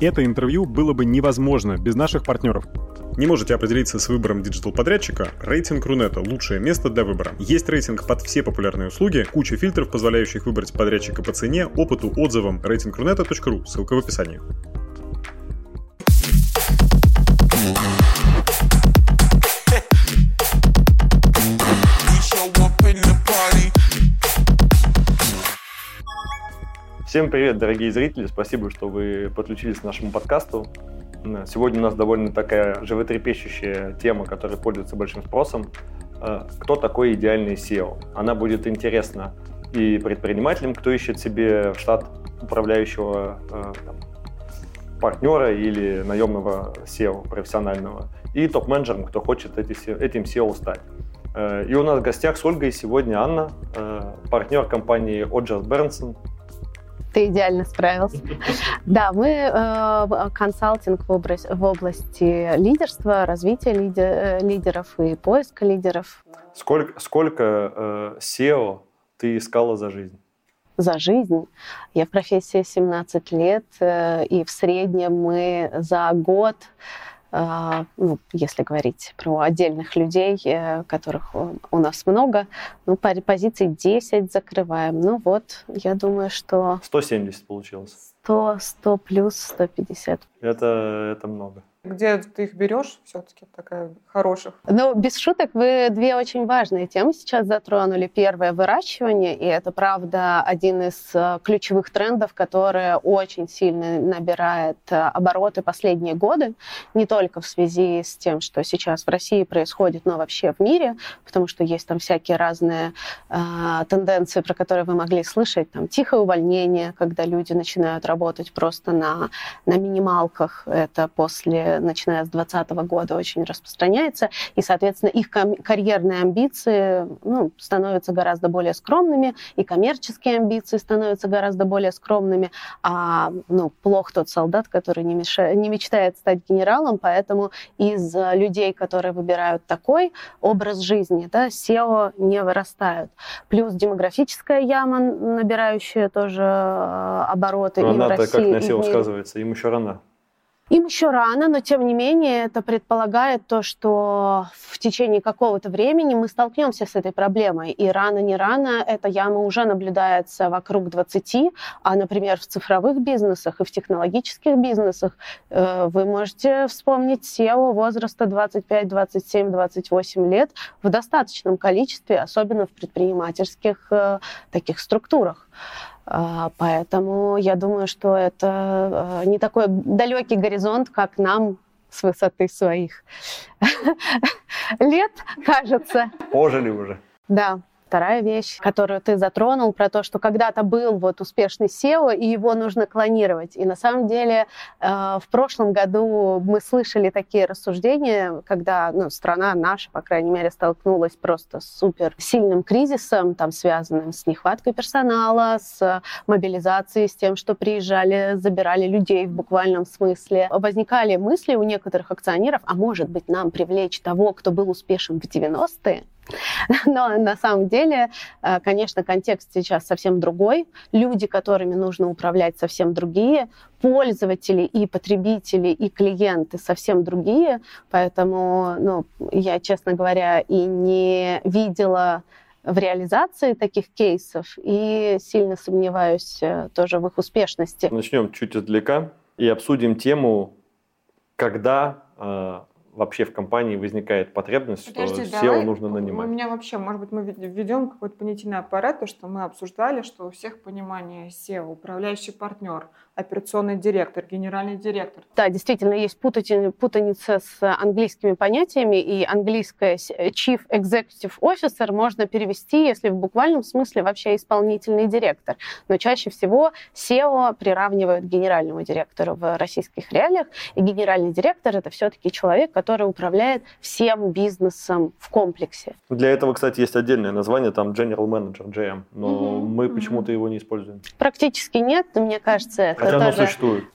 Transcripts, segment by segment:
это интервью было бы невозможно без наших партнеров. Не можете определиться с выбором диджитал-подрядчика? Рейтинг Рунета – лучшее место для выбора. Есть рейтинг под все популярные услуги, куча фильтров, позволяющих выбрать подрядчика по цене, опыту, отзывам. Ratingruneta.ru, ссылка в описании. Всем привет, дорогие зрители! Спасибо, что вы подключились к нашему подкасту. Сегодня у нас довольно такая животрепещущая тема, которая пользуется большим спросом. Кто такой идеальный SEO? Она будет интересна и предпринимателям, кто ищет себе в штат управляющего партнера или наемного SEO профессионального, и топ-менеджерам, кто хочет этим SEO стать. И у нас в гостях с Ольгой сегодня Анна, партнер компании Оджерс Бернсон. Ты идеально справился. Да, мы консалтинг в области лидерства, развития лидеров и поиска лидеров. Сколько SEO ты искала за жизнь? За жизнь? Я в профессии 17 лет, и в среднем мы за год, если говорить про отдельных людей, которых у нас много, позиций 10 закрываем. Я думаю, что... 170 получилось. 100 плюс 150. Это много. Где ты их берешь все-таки, такая хороших? Без шуток, вы две очень важные темы сейчас затронули. Первое — выращивание, и это, правда, один из ключевых трендов, который очень сильно набирает обороты последние годы, не только в связи с тем, что сейчас в России происходит, но вообще в мире, потому что есть там всякие разные тенденции, про которые вы могли слышать, там тихое увольнение, когда люди начинают работать просто на минималках, это начиная с 2020 года очень распространяется, и, соответственно, их карьерные амбиции становятся гораздо более скромными, и коммерческие амбиции становятся гораздо более скромными, а плох тот солдат, который не мечтает стать генералом, поэтому из людей, которые выбирают такой образ жизни, SEO не вырастают. Плюс демографическая яма, набирающая тоже обороты и в России. Она-то как на SEO сказывается, им еще рано. Им еще рано, но тем не менее это предполагает то, что в течение какого-то времени мы столкнемся с этой проблемой. И рано-не рано эта яма уже наблюдается вокруг 20, а, например, в цифровых бизнесах и в технологических бизнесах вы можете вспомнить SEO возраста 25, 27, 28 лет в достаточном количестве, особенно в предпринимательских таких структурах. Поэтому я думаю, что это не такой далекий горизонт, как нам с высоты своих лет кажется. Пожили уже. Да. Вторая вещь, которую ты затронул, про то, что когда-то был успешный SEO, и его нужно клонировать. И на самом деле в прошлом году мы слышали такие рассуждения, когда страна наша, по крайней мере, столкнулась просто с супер сильным кризисом, связанным с нехваткой персонала, с мобилизацией, с тем, что приезжали, забирали людей в буквальном смысле. Возникали мысли у некоторых акционеров, а может быть нам привлечь того, кто был успешен в 90-е? Но на самом деле, конечно, контекст сейчас совсем другой. Люди, которыми нужно управлять, совсем другие. Пользователи и потребители, и клиенты совсем другие. Поэтому, я, честно говоря, и не видела в реализации таких кейсов и сильно сомневаюсь тоже в их успешности. Начнем чуть издалека и обсудим тему, когда вообще в компании возникает потребность, что SEO нужно нанимать? У меня вообще, может быть, мы введем какой-то понятийный аппарат, то, что мы обсуждали, что у всех понимание SEO, управляющий партнер, операционный директор, генеральный директор. Да, действительно, есть путаница с английскими понятиями, и английское Chief Executive Officer можно перевести, если в буквальном смысле, вообще исполнительный директор. Но чаще всего SEO приравнивают к генеральному директору в российских реалиях, и генеральный директор — это все-таки человек, который управляет всем бизнесом в комплексе. Для этого, кстати, есть отдельное название, там General Manager, GM, но мы почему-то его не используем. Практически нет, но мне кажется, это хотя оно тоже существует.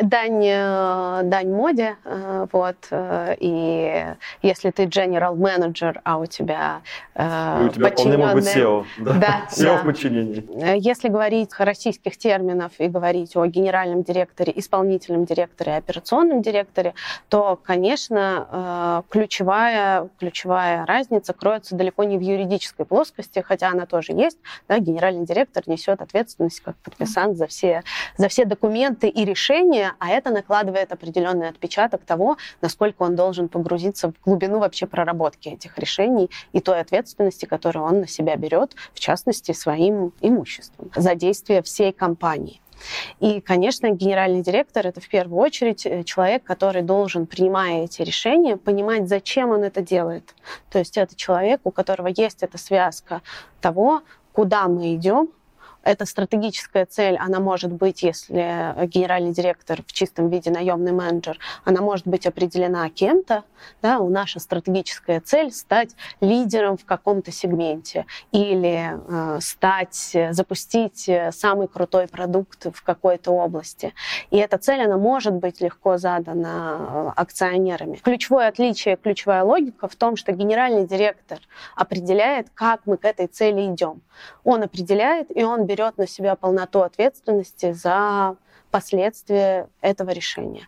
дань моде. Вот. И если ты General Manager, а у тебя вполне могут быть SEO. SEO в подчинении. Если говорить российских терминов и говорить о генеральном директоре, исполнительном директоре, операционном директоре, то, конечно, ключевая разница кроется далеко не в юридической плоскости, хотя она тоже есть. Да, генеральный директор несет ответственность как подписант за все документы и решения, а это накладывает определенный отпечаток того, насколько он должен погрузиться в глубину вообще проработки этих решений и той ответственности, которую он на себя берет, в частности, своим имуществом за действия всей компании. И, конечно, генеральный директор — это в первую очередь человек, который должен, принимая эти решения, понимать, зачем он это делает. То есть это человек, у которого есть эта связка того, куда мы идем. Эта стратегическая цель, она может быть, если генеральный директор в чистом виде наемный менеджер, она может быть определена кем-то. Да, наша стратегическая цель — стать лидером в каком-то сегменте или запустить самый крутой продукт в какой-то области. И эта цель, она может быть легко задана акционерами. Ключевое отличие, ключевая логика в том, что генеральный директор определяет, как мы к этой цели идем. Он определяет, и он берет на себя полноту ответственности за последствия этого решения.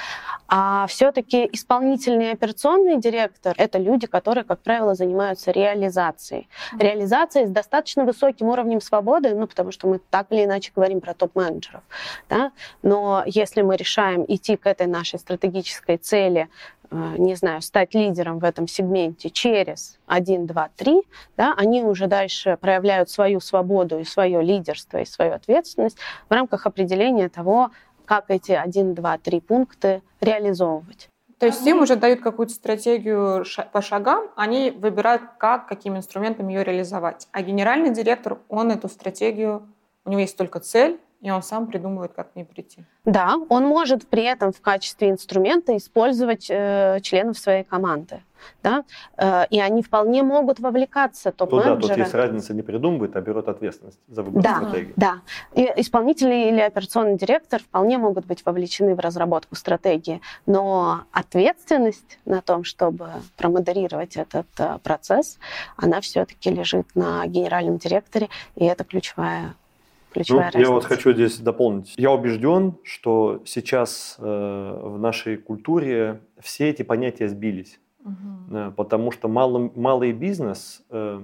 А все-таки исполнительный и операционный директор — это люди, которые, как правило, занимаются реализацией. Реализацией с достаточно высоким уровнем свободы, потому что мы так или иначе говорим про топ-менеджеров. Да? Но если мы решаем идти к этой нашей стратегической цели, не знаю, стать лидером в этом сегменте через 1, 2, 3, да, они уже дальше проявляют свою свободу и свое лидерство, и свою ответственность в рамках определения того, как эти 1, 2, 3 пункты реализовывать. То есть им уже дают какую-то стратегию по шагам, они выбирают, каким инструментом ее реализовать. А генеральный директор, он эту стратегию, у него есть только цель, и он сам придумывает, как к ней прийти. Да, он может при этом в качестве инструмента использовать членов своей команды. Да? И они вполне могут вовлекаться, топ-менеджеры. Тут есть разница, не придумывает, а берет ответственность за выбор стратегии. Да, и исполнительный или операционный директор вполне могут быть вовлечены в разработку стратегии, но ответственность на том, чтобы промодерировать этот процесс, она все-таки лежит на генеральном директоре, и это ключевая разница. Я хочу здесь дополнить. Я убежден, что сейчас в нашей культуре все эти понятия сбились. Потому что малый бизнес,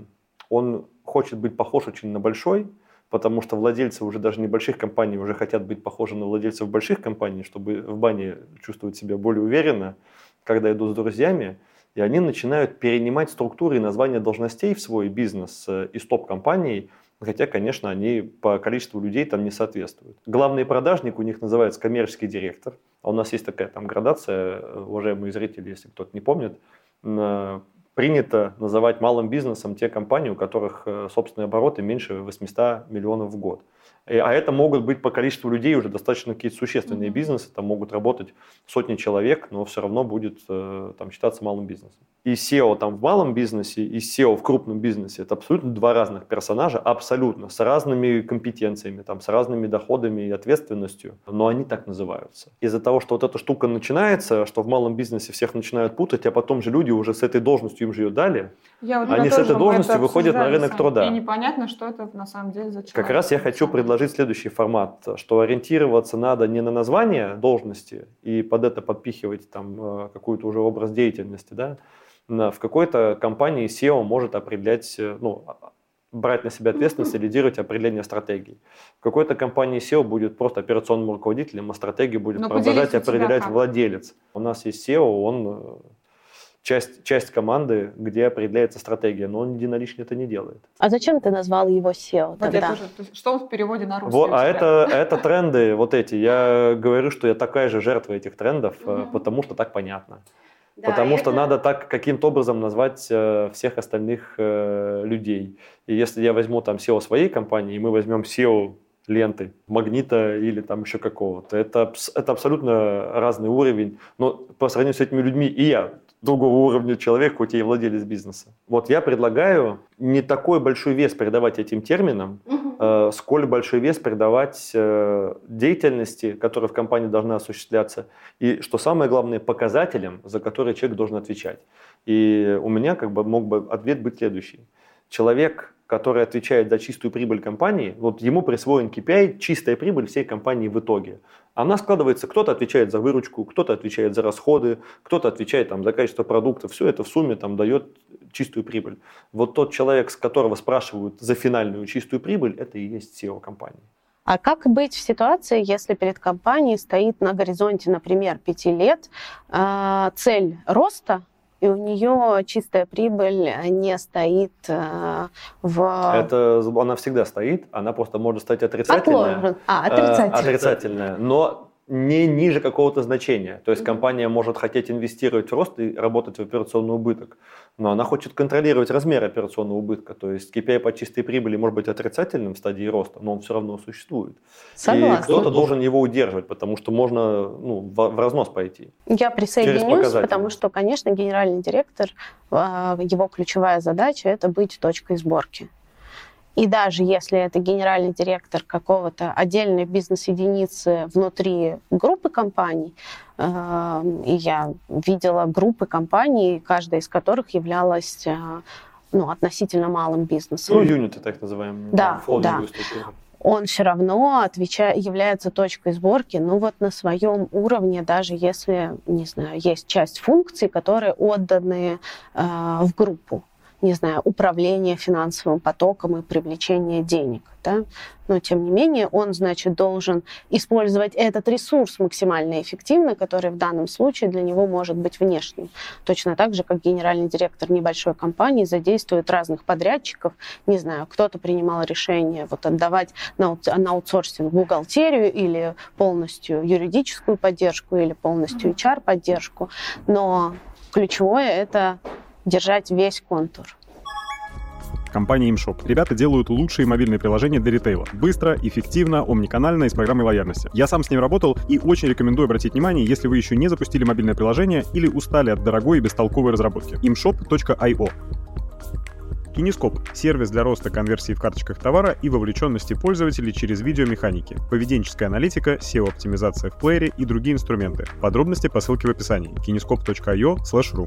он хочет быть похож очень на большой, потому что владельцы уже даже небольших компаний уже хотят быть похожи на владельцев больших компаний, чтобы в бане чувствовать себя более уверенно, когда идут с друзьями. И они начинают перенимать структуры и названия должностей в свой бизнес из топ-компаний, хотя, конечно, они по количеству людей там не соответствуют. Главный продажник у них называется коммерческий директор. А у нас есть такая там градация, уважаемые зрители, если кто-то не помнит, принято называть малым бизнесом те компании, у которых собственные обороты меньше 800 миллионов в год. А это могут быть по количеству людей уже достаточно какие-то существенные бизнесы, там могут работать сотни человек, но все равно будет там считаться малым бизнесом. И SEO там в малом бизнесе, и SEO в крупном бизнесе — это абсолютно два разных персонажа, абсолютно, с разными компетенциями, там, с разными доходами и ответственностью, но они так называются. Из-за того, что вот эта штука начинается, что в малом бизнесе всех начинают путать, а потом же люди уже с этой должностью, им же ее дали, они с этой должностью выходят на рынок труда. И непонятно, что это на самом деле за человек. Как раз я хочу предложить следующий формат, что ориентироваться надо не на название должности и под это подпихивать там какой-то уже образ деятельности, да. В какой-то компании SEO может определять, брать на себя ответственность и лидировать определение стратегий. В какой-то компании SEO будет просто операционным руководителем, а стратегию будет продолжать определять владелец. У нас есть SEO, он часть команды, где определяется стратегия, но он единолично это не делает. А зачем ты назвал его SEO тогда? Что он в переводе на русский? Это тренды вот эти. Я говорю, что я такая же жертва этих трендов, потому что так понятно. Да, потому что надо так каким-то образом назвать всех остальных людей. И если я возьму там SEO своей компании, и мы возьмем SEO ленты, Магнита или там еще какого-то, это абсолютно разный уровень. Но по сравнению с этими людьми и я другого уровня человек, хоть и владелец бизнеса. Вот я предлагаю не такой большой вес придавать этим терминам, сколь большой вес придавать деятельности, которая в компании должна осуществляться, и, что самое главное, показателям, за которые человек должен отвечать. И у меня мог бы ответ быть следующий. Человек, который отвечает за чистую прибыль компании, вот ему присвоен KPI чистая прибыль всей компании в итоге. Она складывается, кто-то отвечает за выручку, кто-то отвечает за расходы, кто-то отвечает за качество продукта. Все это в сумме дает чистую прибыль. Вот тот человек, с которого спрашивают за финальную чистую прибыль, это и есть SEO компании. А как быть в ситуации, если перед компанией стоит на горизонте, например, 5 лет цель роста, и у нее чистая прибыль не стоит Она всегда стоит, она просто может стать отрицательная. Отрицательная, но не ниже какого-то значения. То есть компания может хотеть инвестировать в рост и работать в операционный убыток, но она хочет контролировать размер операционного убытка. То есть KPI по чистой прибыли может быть отрицательным в стадии роста, но он все равно существует. Согласна. И кто-то должен его удерживать, потому что можно в разнос пойти. Я присоединюсь, потому что, конечно, генеральный директор, его ключевая задача – это быть точкой сборки. И даже если это генеральный директор какого-то отдельной бизнес-единицы внутри группы компаний, и я видела группы компаний, каждая из которых являлась относительно малым бизнесом. Юниты, так называемые. Да. Он все равно является точкой сборки, на своем уровне, даже если, не знаю, есть часть функций, которые отданы в группу. Не знаю, управление финансовым потоком и привлечение денег. Да? Но, тем не менее, он, должен использовать этот ресурс максимально эффективно, который в данном случае для него может быть внешним. Точно так же, как генеральный директор небольшой компании задействует разных подрядчиков. Не знаю, кто-то принимал решение отдавать на аутсорсинг бухгалтерию или полностью юридическую поддержку, или полностью HR-поддержку. Но ключевое – это держать весь контур. Компания ImShop. Ребята делают лучшие мобильные приложения для ритейла. Быстро, эффективно, омниканально и с программой лояльности. Я сам с ним работал и очень рекомендую обратить внимание, если вы еще не запустили мобильное приложение или устали от дорогой и бестолковой разработки. imshop.io. Кинескоп – сервис для роста конверсии в карточках товара и вовлеченности пользователей через видеомеханики, поведенческая аналитика, SEO-оптимизация в плеере и другие инструменты. Подробности по ссылке в описании. kinescope.io/ru.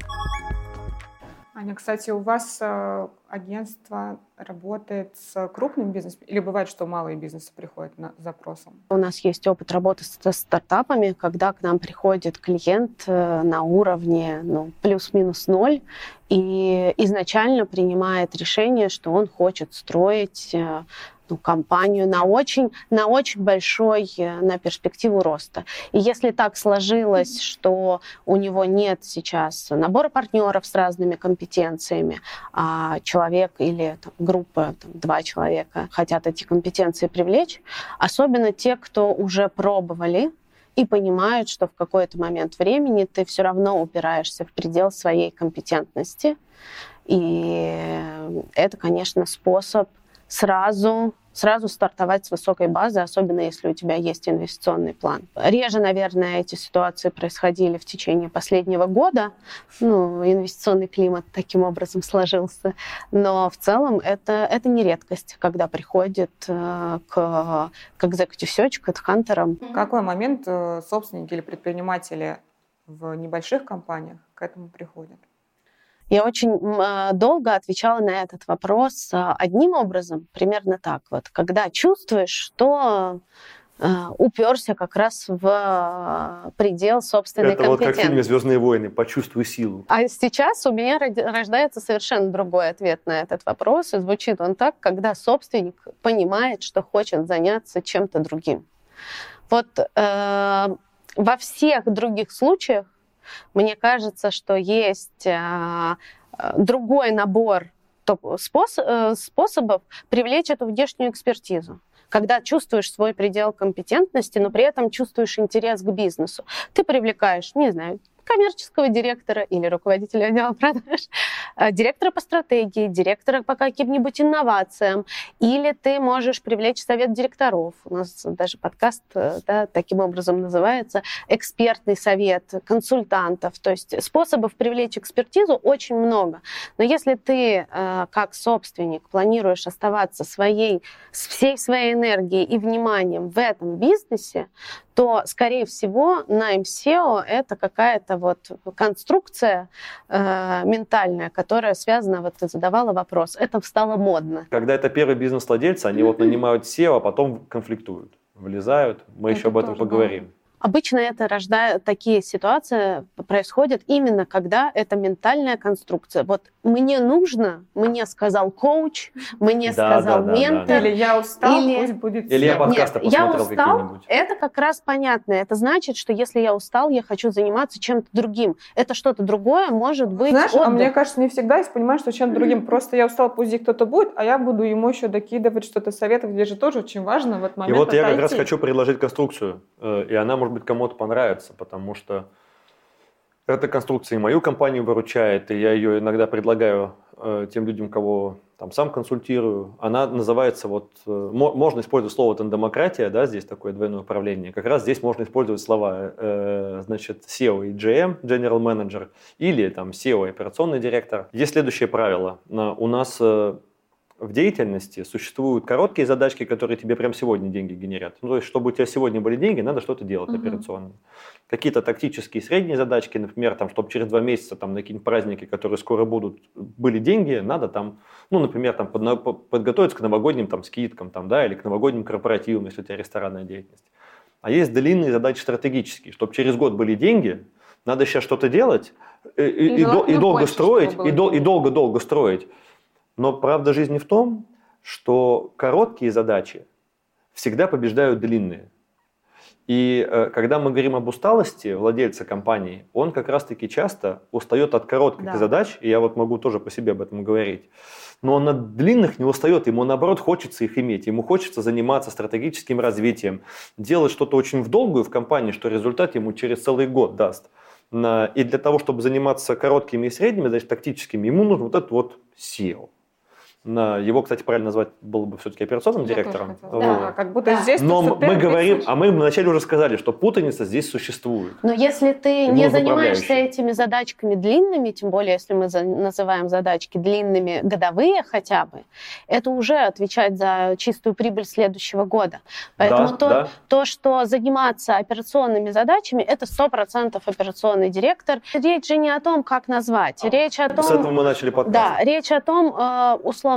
Аня, кстати, у вас агентство работает с крупным бизнесом? Или бывает, что малые бизнесы приходят с запросом? У нас есть опыт работы со стартапами, когда к нам приходит клиент на уровне плюс-минус 0 и изначально принимает решение, что он хочет строить компанию на очень большой, на перспективу роста. И если так сложилось, что у него нет сейчас набора партнеров с разными компетенциями, а человек или группа, 2 человека хотят эти компетенции привлечь, особенно те, кто уже пробовали и понимают, что в какой-то момент времени ты все равно упираешься в предел своей компетентности. И это, конечно, способ сразу стартовать с высокой базы, особенно если у тебя есть инвестиционный план. Реже, наверное, эти ситуации происходили в течение последнего года. Инвестиционный климат таким образом сложился. Но в целом это не редкость, когда приходит к executive search, к headhunter'ам. В какой момент собственники или предприниматели в небольших компаниях к этому приходят? Я очень долго отвечала на этот вопрос одним образом, примерно так. Когда чувствуешь, что уперся как раз в предел собственной компетенции. Это как в фильме «Звездные войны», «Почувствуй силу». А сейчас у меня рождается совершенно другой ответ на этот вопрос, и звучит он так, когда собственник понимает, что хочет заняться чем-то другим. Во всех других случаях мне кажется, что есть другой набор способов привлечь эту внешнюю экспертизу. Когда чувствуешь свой предел компетентности, но при этом чувствуешь интерес к бизнесу. Ты привлекаешь, не знаю, коммерческого директора или руководителя отдела продаж, директора по стратегии, директора по каким-нибудь инновациям, или ты можешь привлечь совет директоров. У нас даже подкаст таким образом называется «Экспертный совет консультантов». То есть способов привлечь экспертизу очень много. Но если ты как собственник планируешь оставаться всей своей энергией и вниманием в этом бизнесе, то, скорее всего, найм SEO — это какая-то вот конструкция ментальная, которая связана, вот ты задавала вопрос, это стало модно. Когда это первый бизнес-владельцы, они вот нанимают SEO, а потом конфликтуют, влезают. Мы еще об этом поговорим. Обычно такие ситуации происходят именно когда это ментальная конструкция. Вот мне сказал коуч, мне сказал ментор. Или я устал, пусть будет... Или я подкасты посмотрел какие-нибудь. Это как раз понятно. Это значит, что если я устал, я хочу заниматься чем-то другим. Это что-то другое может быть. Знаешь, а мне кажется, не всегда есть понимаешь, что чем-то другим. Просто я устал, пусть здесь кто-то будет, а я буду ему еще докидывать что-то советов, где же тоже очень важно в этот момент. И вот я как раз хочу предложить конструкцию. И она, может быть, кому-то понравится, потому что эта конструкция и мою компанию выручает, и я ее иногда предлагаю тем людям, кого там сам консультирую. Она называется, можно использовать слово «тандемократия», да, здесь такое двойное управление. Как раз здесь можно использовать слова, SEO и GM, General Manager, или там SEO и операционный директор. Есть следующее правило. У нас в деятельности существуют короткие задачки, которые тебе прямо сегодня деньги генерят. То есть, чтобы у тебя сегодня были деньги, надо что-то делать операционно. Какие-то тактические средние задачки, например, чтобы через 2 месяца на какие-нибудь праздники, которые скоро будут, были деньги, надо например, подготовиться к новогодним скидкам, или к новогодним корпоративам, если у тебя ресторанная деятельность. А есть длинные задачи стратегические, чтобы через год были деньги, надо сейчас что-то делать и долго строить, и долго-долго строить. Но правда жизни в том, что короткие задачи всегда побеждают длинные. И когда мы говорим об усталости владельца компании, он как раз-таки часто устает от коротких задач, и я могу тоже по себе об этом говорить. Но он от длинных не устает, ему наоборот хочется их иметь, ему хочется заниматься стратегическим развитием, делать что-то очень в долгую в компании, что результат ему через целый год даст. И для того, чтобы заниматься короткими и средними, тактическими, ему нужен SEO. Его, кстати, правильно назвать было бы все-таки операционным директором. Как будто здесь... Но мы говорим, мы вначале уже сказали, что путаница здесь существует. Но если ты не занимаешься этими задачками длинными, тем более, если мы называем задачки длинными, годовые хотя бы, это уже отвечать за чистую прибыль следующего года. Поэтому то, что заниматься операционными задачами, это 100% операционный директор. Речь же не о том, как назвать. Речь о том... С этого мы начали подкаст. Да, речь о том, условно,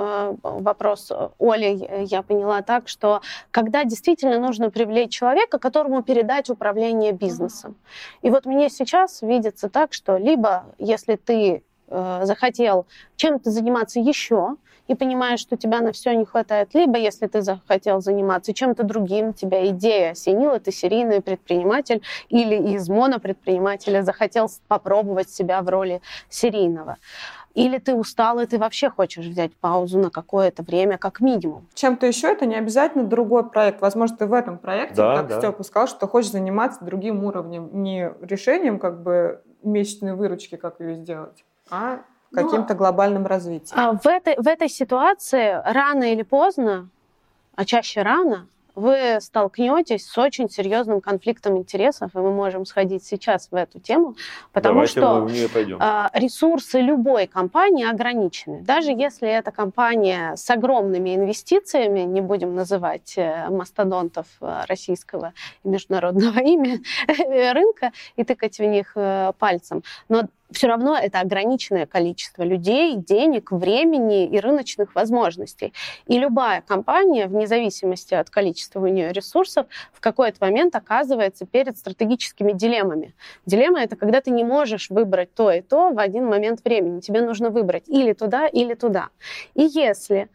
вопрос Оли я поняла так, что когда действительно нужно привлечь человека, которому передать управление бизнесом. И вот мне сейчас видится так, что либо если ты захотел чем-то заниматься еще и понимаешь, что тебя на все не хватает, либо если ты захотел заниматься чем-то другим, тебя идея осенила, ты серийный предприниматель или из монопредпринимателя захотел попробовать себя в роли серийного. Или ты устал, и ты вообще хочешь взять паузу на какое-то время, как минимум. Чем-то еще это не обязательно другой проект. Возможно, ты в этом проекте, Степа сказал, что хочешь заниматься другим уровнем. Не решением месячной выручки, как ее сделать, а каким-то глобальным развитием. В этой ситуации рано или поздно, а чаще рано, вы столкнетесь с очень серьезным конфликтом интересов, и мы можем сходить сейчас в эту тему, потому что ресурсы любой компании ограничены. Даже если это компания с огромными инвестициями, не будем называть мастодонтов российского и международного рынка и тыкать в них пальцем, но все равно это ограниченное количество людей, денег, времени и рыночных возможностей. И любая компания, вне зависимости от количества у нее ресурсов, в какой-то момент оказывается перед стратегическими дилеммами. Дилемма — это когда ты не можешь выбрать то и то в один момент времени. Тебе нужно выбрать или туда, или туда. И если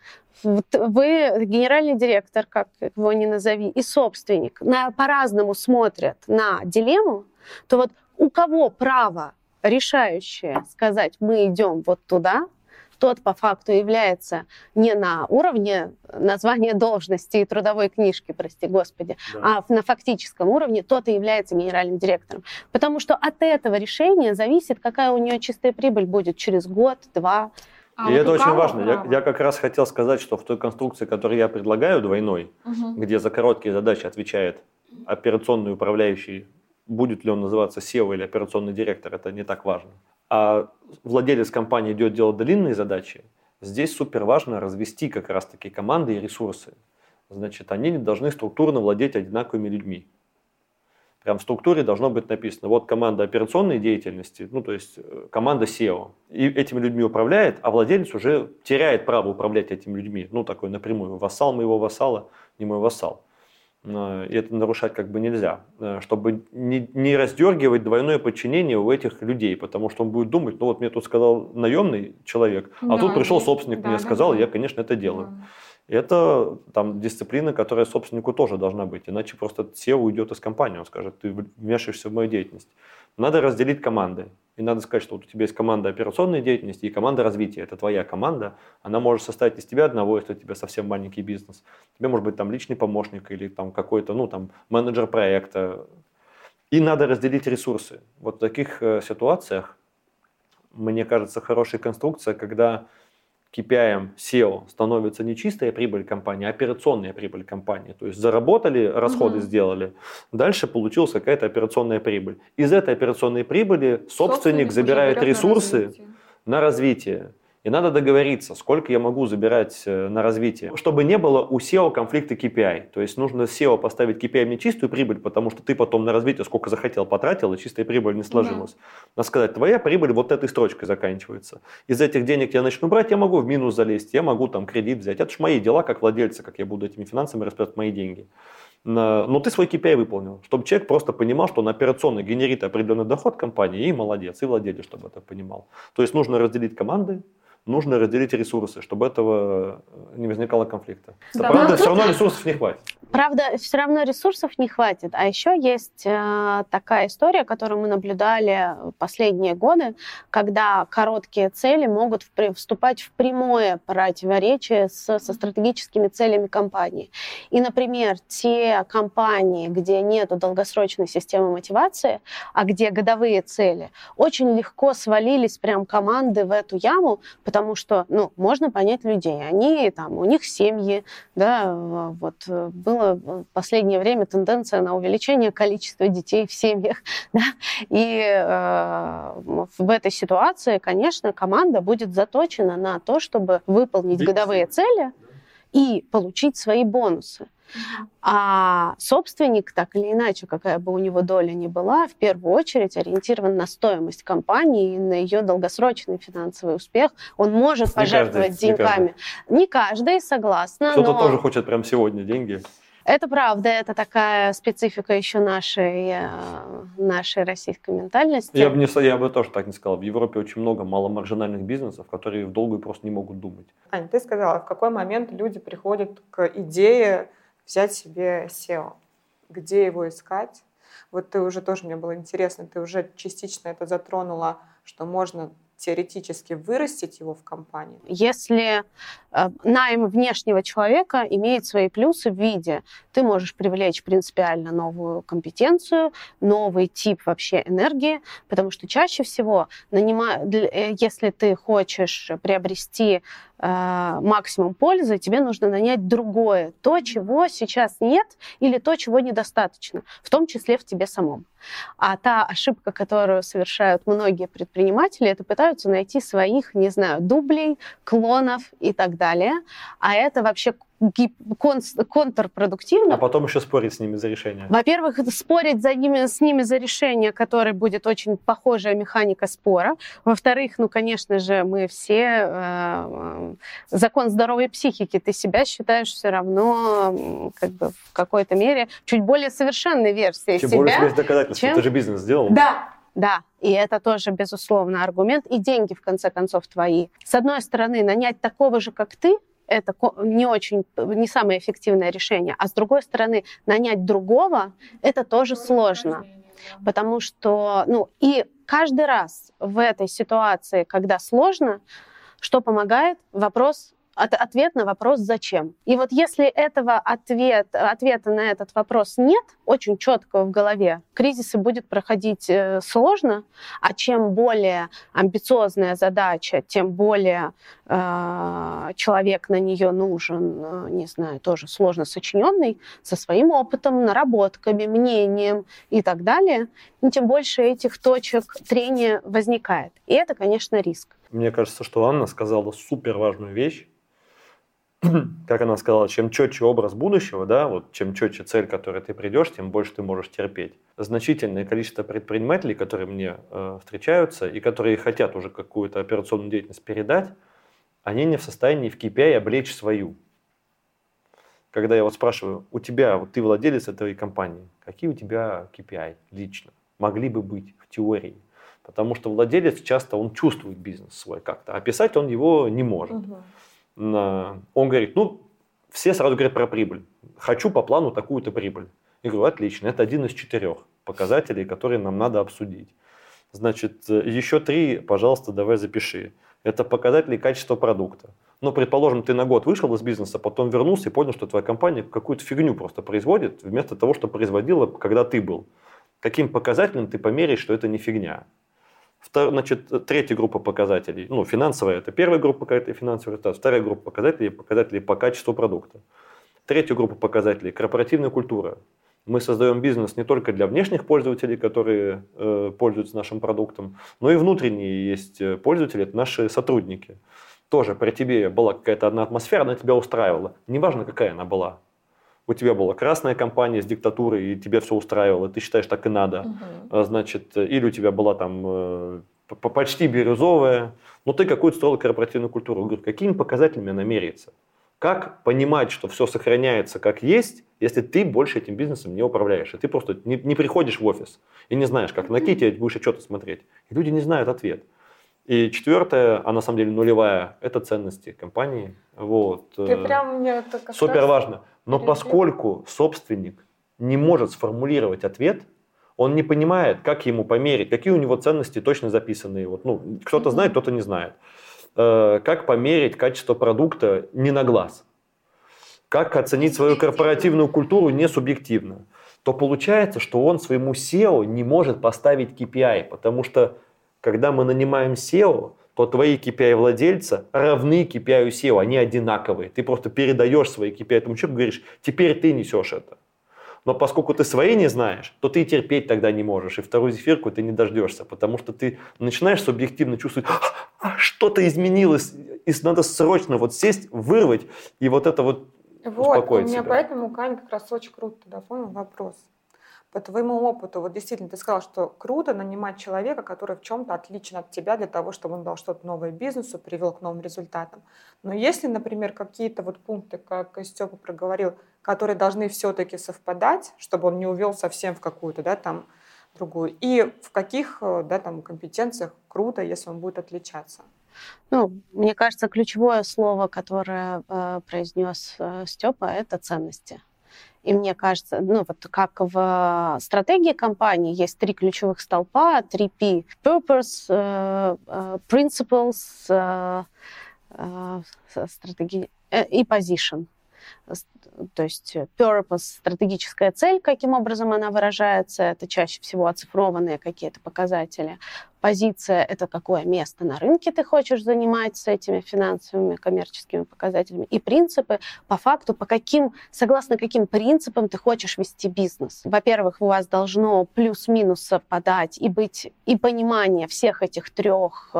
вы, генеральный директор, как его ни назови, и собственник, по-разному смотрят на дилемму, то вот у кого право решающее сказать, мы идем вот туда, тот по факту является не на уровне названия должности и трудовой книжки, прости господи, а на фактическом уровне, тот и является генеральным директором. Потому что от этого решения зависит, какая у нее чистая прибыль будет через год, два. И это очень важно. Я как раз хотел сказать, что в той конструкции, которую я предлагаю, двойной, где за короткие задачи отвечает операционный управляющий, будет ли он называться SEO или операционный директор, это не так важно. А владелец компании идет делать длинные задачи, здесь супер важно развести как раз-таки команды и ресурсы. Значит, они не должны структурно владеть одинаковыми людьми. Прям в структуре должно быть написано, вот команда операционной деятельности, ну то есть команда SEO, и этими людьми управляет, а владелец уже теряет право управлять этими людьми, ну такой напрямую, вассал моего вассала, не мой вассал. И это нарушать как бы нельзя, чтобы не раздергивать двойное подчинение у этих людей, потому что он будет думать, ну вот мне тут сказал наемный человек, а тут пришел собственник, мне сказал, я, конечно, это делаю. Это там дисциплина, которая собственнику тоже должна быть, иначе просто SEO уйдет из компании, он скажет, ты вмешиваешься в мою деятельность. Надо разделить команды, и надо сказать, что вот у тебя есть команда операционной деятельности и команда развития, это твоя команда, она может состоять из тебя одного, если у тебя совсем маленький бизнес, тебе может быть там личный помощник или там какой-то, ну там менеджер проекта, и надо разделить ресурсы. Вот в таких ситуациях, мне кажется, хорошая конструкция, когда KPI SEO становится не чистая прибыль компании, а операционная прибыль компании. То есть заработали, расходы сделали, дальше получилась какая-то операционная прибыль. Из этой операционной прибыли собственник забирает ресурсы на развитие. И надо договориться, сколько я могу забирать на развитие, чтобы не было у SEO конфликта KPI. То есть нужно SEO поставить KPI не чистую прибыль, потому что ты потом на развитие сколько захотел потратил, и чистая прибыль не сложилась. Надо сказать, твоя прибыль вот этой строчкой заканчивается. Из этих денег я начну брать, я могу в минус залезть, я могу там кредит взять. Это же мои дела как владельца, как я буду этими финансами распределять мои деньги. Но ты свой KPI выполнил, чтобы человек просто понимал, что он операционно генерит определенный доход компании, и молодец, и владелец, чтобы это понимал. То есть нужно разделить команды, нужно разделить ресурсы, чтобы этого не возникало конфликта. Да. Правда, все равно ресурсов не хватит. Правда, все равно ресурсов не хватит. А еще есть такая история, которую мы наблюдали последние годы, когда короткие цели могут вступать в прямое противоречие со стратегическими целями компании. И, например, те компании, где нет долгосрочной системы мотивации, а где годовые цели, очень легко свалились прям команды в эту яму, потому что, ну, можно понять людей. Они там, у них семьи, да, вот была в последнее время тенденция на увеличение количества детей в семьях, да, и в этой ситуации, конечно, команда будет заточена на то, чтобы выполнить годовые цели и получить свои бонусы. А собственник, так или иначе, какая бы у него доля ни была, в первую очередь ориентирован на стоимость компании и на ее долгосрочный финансовый успех. Он может пожертвовать деньгами. Не каждый, согласна. Кто-то тоже хочет прям сегодня деньги. Это правда, это такая специфика еще нашей российской ментальности. Я бы тоже так не сказал. В Европе очень много маломаржинальных бизнесов, которые в долгую просто не могут думать. Аня, ты сказала, в какой момент люди приходят к идее взять себе SEO, где его искать. Вот ты уже тоже, мне было интересно, ты уже частично это затронула, что можно теоретически вырастить его в компании. Если найм внешнего человека имеет свои плюсы в виде, ты можешь привлечь принципиально новую компетенцию, новый тип вообще энергии, потому что чаще всего, если ты хочешь приобрести максимум пользы, тебе нужно нанять другое, то, чего сейчас нет, или то, чего недостаточно, в том числе в тебе самом. А та ошибка, которую совершают многие предприниматели, это пытаются найти своих, не знаю, дублей, клонов и так далее. А это вообще контрпродуктивно. А потом еще спорить с ними за решение. Во-первых, спорить с ними за решение, которое будет очень похожая механика спора. Во-вторых, ну, конечно же, мы все... закон здоровой психики. Ты себя считаешь все равно как бы в какой-то мере чуть более совершенной версией себя. Тем более, есть доказательства. Ты же бизнес сделал. Да, и это тоже, безусловно, аргумент. И деньги, в конце концов, твои. С одной стороны, нанять такого же, как ты, это не самое эффективное решение. А с другой стороны, нанять другого, это тоже сложно. Потому что, и каждый раз в этой ситуации, когда сложно, Что помогает? Ответ на вопрос «зачем?». И вот если этого ответа на этот вопрос нет, очень четкого в голове, кризисы будет проходить сложно, а чем более амбициозная задача, тем более человек на нее нужен, не знаю, тоже сложно сочиненный, со своим опытом, наработками, мнением и так далее, тем больше этих точек трения возникает. И это, конечно, риск. Мне кажется, что Анна сказала супер важную вещь. Как она сказала, чем четче образ будущего, да, вот чем четче цель, к которой ты придешь, тем больше ты можешь терпеть. Значительное количество предпринимателей, которые мне встречаются и которые хотят уже какую-то операционную деятельность передать, они не в состоянии в KPI облечь свою. Когда я вот спрашиваю, у тебя, вот ты владелец этой компании, какие у тебя KPI лично могли бы быть в теории? Потому что владелец часто он чувствует бизнес свой как-то, а писать он его не может. Он говорит, все сразу говорят про прибыль. Хочу по плану такую-то прибыль. Я говорю, отлично, это один из 4 показателей, которые нам надо обсудить. Значит, еще 3, пожалуйста, давай запиши. Это показатели качества продукта. Предположим, ты на год вышел из бизнеса, потом вернулся и понял, что твоя компания какую-то фигню просто производит, вместо того, что производила, когда ты был. Каким показателем ты померяешь, что это не фигня? Значит, 3-я группа показателей, финансовая, это 1-я группа показателей, финансовая, это 2-я группа показателей по качеству продукта. 3-ю группу показателей, корпоративная культура. Мы создаем бизнес не только для внешних пользователей, которые пользуются нашим продуктом, но и внутренние есть пользователи, это наши сотрудники. Тоже при тебе была какая-то одна атмосфера, она тебя устраивала. Неважно, какая она была. У тебя была красная компания с диктатурой, и тебе все устраивало, ты считаешь, так и надо. Значит, или у тебя была там почти бирюзовая, но ты какую-то строил корпоративную культуру. Я говорю, какими показателями она меряется? Как понимать, что все сохраняется как есть, если ты больше этим бизнесом не управляешь, и ты просто не приходишь в офис и не знаешь, как на Ките будешь отчеты смотреть. И люди не знают ответ. И 4-я, а на самом деле 0-я, это ценности компании. Вот. Ты прям мне это как супер важно. Но поскольку собственник не может сформулировать ответ, он не понимает, как ему померить, какие у него ценности точно записаны. Вот, кто-то знает, кто-то не знает. Как померить качество продукта не на глаз. Как оценить свою корпоративную культуру не субъективно. То получается, что он своему SEO не может поставить KPI, потому что когда мы нанимаем SEO, то твои KPI владельца равны KPI SEO, они одинаковые. Ты просто передаешь свои KPI этому человеку, говоришь, теперь ты несешь это. Но поскольку ты свои не знаешь, то ты и терпеть тогда не можешь, и 2-ю зефирку ты не дождешься, потому что ты начинаешь субъективно чувствовать, что-то изменилось, и надо срочно вот сесть, вырвать, и вот это вот успокоить у меня себя. поэтому, Кань, как раз очень круто дополнил вопрос. По твоему опыту, вот действительно, ты сказал, что круто нанимать человека, который в чем-то отличен от тебя для того, чтобы он дал что-то новое бизнесу, привел к новым результатам. Но если, например, какие-то вот пункты, как Степа проговорил, которые должны все-таки совпадать, чтобы он не увел совсем в какую-то, другую, и в каких, компетенциях круто, если он будет отличаться? Мне кажется, ключевое слово, которое произнес Степа, это ценности. И мне кажется, как в стратегии компании есть 3 ключевых столпа, 3 P. Purpose, Principles и Position. То есть purpose, стратегическая цель, каким образом она выражается, это чаще всего оцифрованные какие-то показатели. Позиция — это какое место на рынке ты хочешь занимать с этими финансовыми, коммерческими показателями. И принципы, по факту, согласно каким принципам ты хочешь вести бизнес. Во-первых, у вас должно плюс-минус совпадать и быть и понимание всех этих 3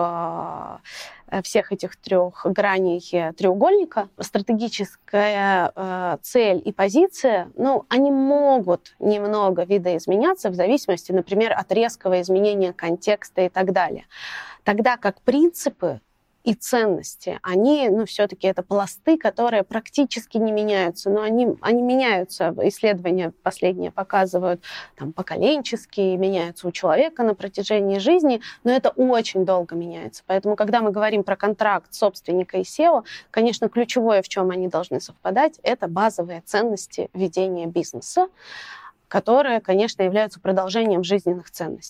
граней треугольника. Стратегическая цель и позиция, они могут немного видоизменяться в зависимости, например, от резкого изменения контекста и так далее. Тогда как принципы и ценности, они, все-таки это пласты, которые практически не меняются, но они меняются. Исследования последние показывают, поколенческие, меняются у человека на протяжении жизни, но это очень долго меняется. Поэтому, когда мы говорим про контракт собственника и SEO, конечно, ключевое, в чем они должны совпадать, это базовые ценности ведения бизнеса, которые, конечно, являются продолжением жизненных ценностей.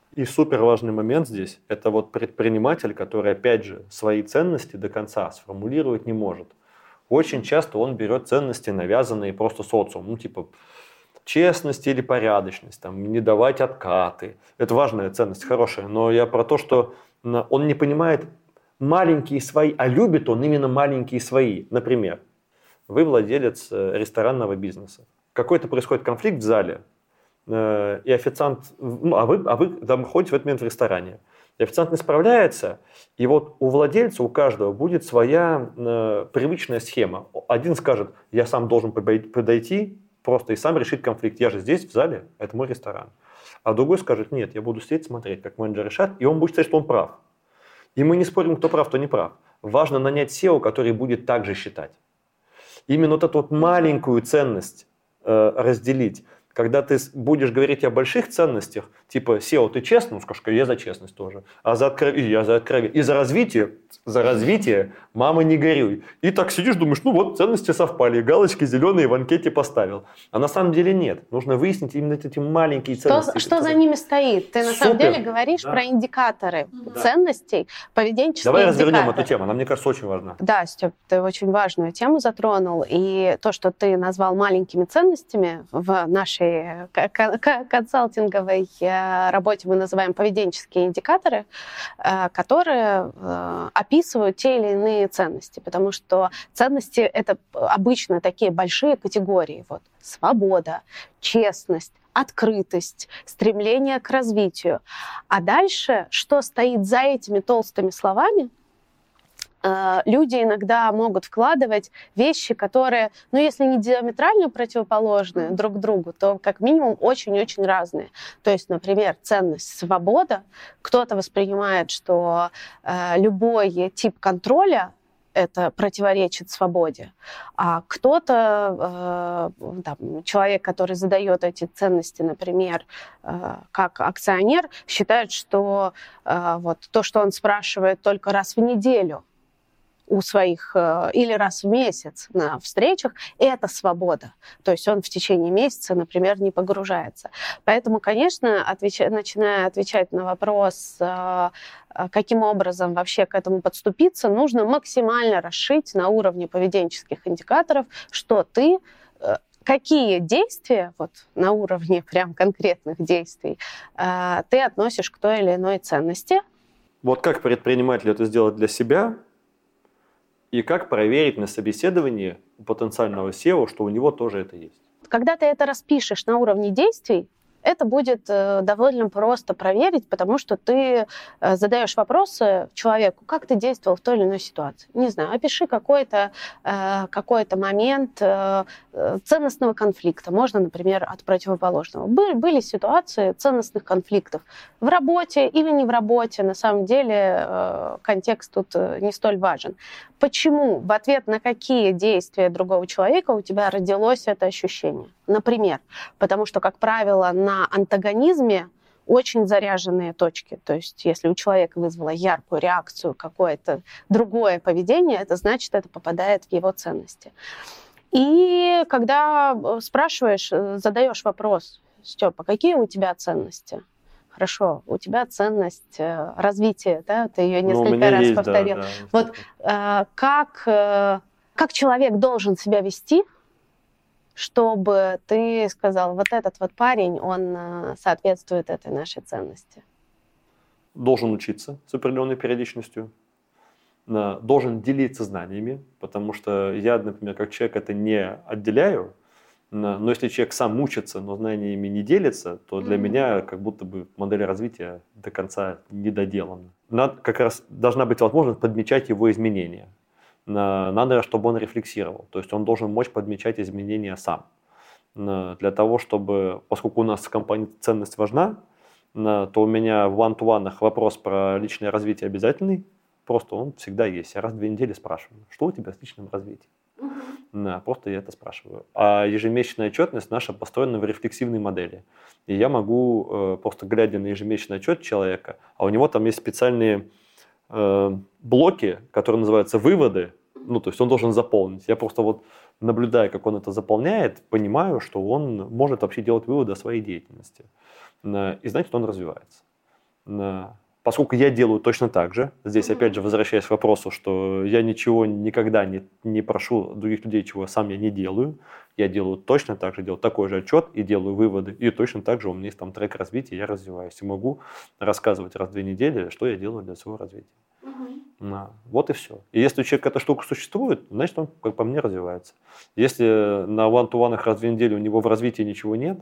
И супер важный момент здесь – это вот предприниматель, который, опять же, свои ценности до конца сформулировать не может. Очень часто он берет ценности, навязанные просто социумом, типа честность или порядочность, там, не давать откаты. Это важная ценность, хорошая, но я про то, что он не понимает маленькие свои, а любит он именно маленькие свои. Например, вы владелец ресторанного бизнеса. Какой-то происходит конфликт в зале, и официант, а вы там ходите в этот момент в ресторане. И официант не справляется, и вот у владельца, у каждого будет своя привычная схема. Один скажет, я сам должен подойти просто и сам решить конфликт. Я же здесь, в зале, это мой ресторан. А другой скажет, нет, я буду сидеть, смотреть, как менеджер решат, и он будет считать, что он прав. И мы не спорим, кто прав, кто не прав. Важно нанять SEO, который будет так же считать. Именно вот эту вот маленькую ценность разделить. Когда ты будешь говорить о больших ценностях, типа SEO, ты честный? Ну, скажешь, я за честность тоже. А за откровение? Я за откровение. И за развитие, мама, не горюй. И так сидишь, думаешь, ну вот, ценности совпали, галочки зеленые в анкете поставил. А на самом деле нет. Нужно выяснить именно эти маленькие ценности. Что за ними стоит? Ты на самом деле говоришь про индикаторы ценностей, поведенческие Давай индикаторы. развернем эту тему, она, мне кажется, очень важна. Да, Степ, ты очень важную тему затронул. И то, что ты назвал маленькими ценностями в нашей консалтинговой работе мы называем поведенческие индикаторы, которые описывают те или иные ценности, потому что ценности — это обычно такие большие категории. Вот, свобода, честность, открытость, стремление к развитию. А дальше, что стоит за этими толстыми словами, люди иногда могут вкладывать вещи, которые, ну, если не диаметрально противоположные друг другу, то как минимум очень-очень разные. То есть, например, ценность свобода. Кто-то воспринимает, что любой тип контроля это противоречит свободе. А кто-то, человек, который задает эти ценности, например, как акционер, считает, что вот то, что он спрашивает только раз в неделю у своих или раз в месяц на встречах, это свобода. То есть он в течение месяца, например, не погружается. Поэтому, конечно, начиная отвечать на вопрос, каким образом вообще к этому подступиться, нужно максимально расшить на уровне поведенческих индикаторов, что ты, какие действия, вот на уровне прям конкретных действий, ты относишь к той или иной ценности. Вот как предприниматель это сделать для себя, и как проверить на собеседовании у потенциального SEO, что у него тоже это есть? Когда ты это распишешь на уровне действий, это будет довольно просто проверить, потому что ты задаешь вопросы человеку, как ты действовал в той или иной ситуации. Не знаю, опиши какой-то момент ценностного конфликта. Можно, например, от противоположного. Были ситуации ценностных конфликтов в работе или не в работе. На самом деле контекст тут не столь важен. Почему, в ответ на какие действия другого человека у тебя родилось это ощущение? Например, потому что, как правило, на антагонизме очень заряженные точки. То есть если у человека вызвало яркую реакцию, какое-то другое поведение, это значит, это попадает в его ценности. И когда спрашиваешь, задаешь вопрос, Степа, какие у тебя ценности? Хорошо, у тебя ценность развития, да? Ты ее несколько раз повторил. Да, вот как человек должен себя вести, чтобы ты сказал, вот этот вот парень, он соответствует этой нашей ценности? Должен учиться с определенной периодичностью, должен делиться знаниями, потому что я, например, как человек это не отделяю, но если человек сам учится, но знаниями не делится, то для меня как будто бы модель развития до конца не доделана. Как раз должна быть возможность подмечать его изменения. Надо, чтобы он рефлексировал. То есть он должен мочь подмечать изменения сам. Для того, чтобы, поскольку у нас в компании ценность важна, то у меня в one-to-one вопрос про личное развитие обязательный. Просто он всегда есть. Я раз в 2 недели спрашиваю, что у тебя с личным развитием? Просто я это спрашиваю. А ежемесячная отчетность наша построена в рефлексивной модели. И я могу, просто глядя на ежемесячный отчет человека, а у него там есть специальные блоки, которые называются выводы, то есть он должен заполнить. Я просто вот наблюдая, как он это заполняет, понимаю, что он может вообще делать выводы о своей деятельности. И значит, он развивается. Поскольку я делаю точно так же, здесь опять же возвращаясь к вопросу, что я ничего никогда не прошу других людей, чего сам я не делаю, я делаю точно так же, делаю такой же отчет и делаю выводы, и точно так же у меня есть там трек развития, я развиваюсь и могу рассказывать раз в 2 недели, что я делаю для своего развития. Вот и все. И если у человека эта штука существует, значит он, как по мне, развивается. Если на one-to-one раз в 2 недели у него в развитии ничего нет,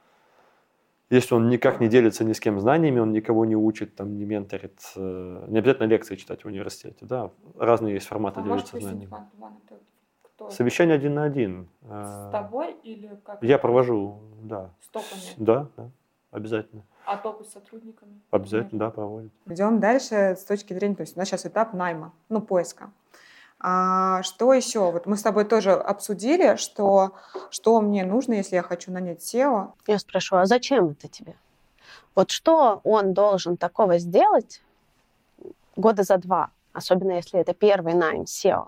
если он никак не делится ни с кем знаниями, он никого не учит, там, не менторит, не обязательно лекции читать в университете, да, разные есть форматы делиться знаниями. Совещание 1 на 1. С тобой или как? Я провожу, да. С топами? Да, обязательно. А топы с сотрудниками? Обязательно, да, проводят. Идем дальше с точки зрения, то есть у нас сейчас этап найма, поиска. Что еще? Вот мы с тобой тоже обсудили, что мне нужно, если я хочу нанять SEO. Я спрошу, а зачем это тебе? Вот что он должен такого сделать года за 2, особенно если это первый найм SEO,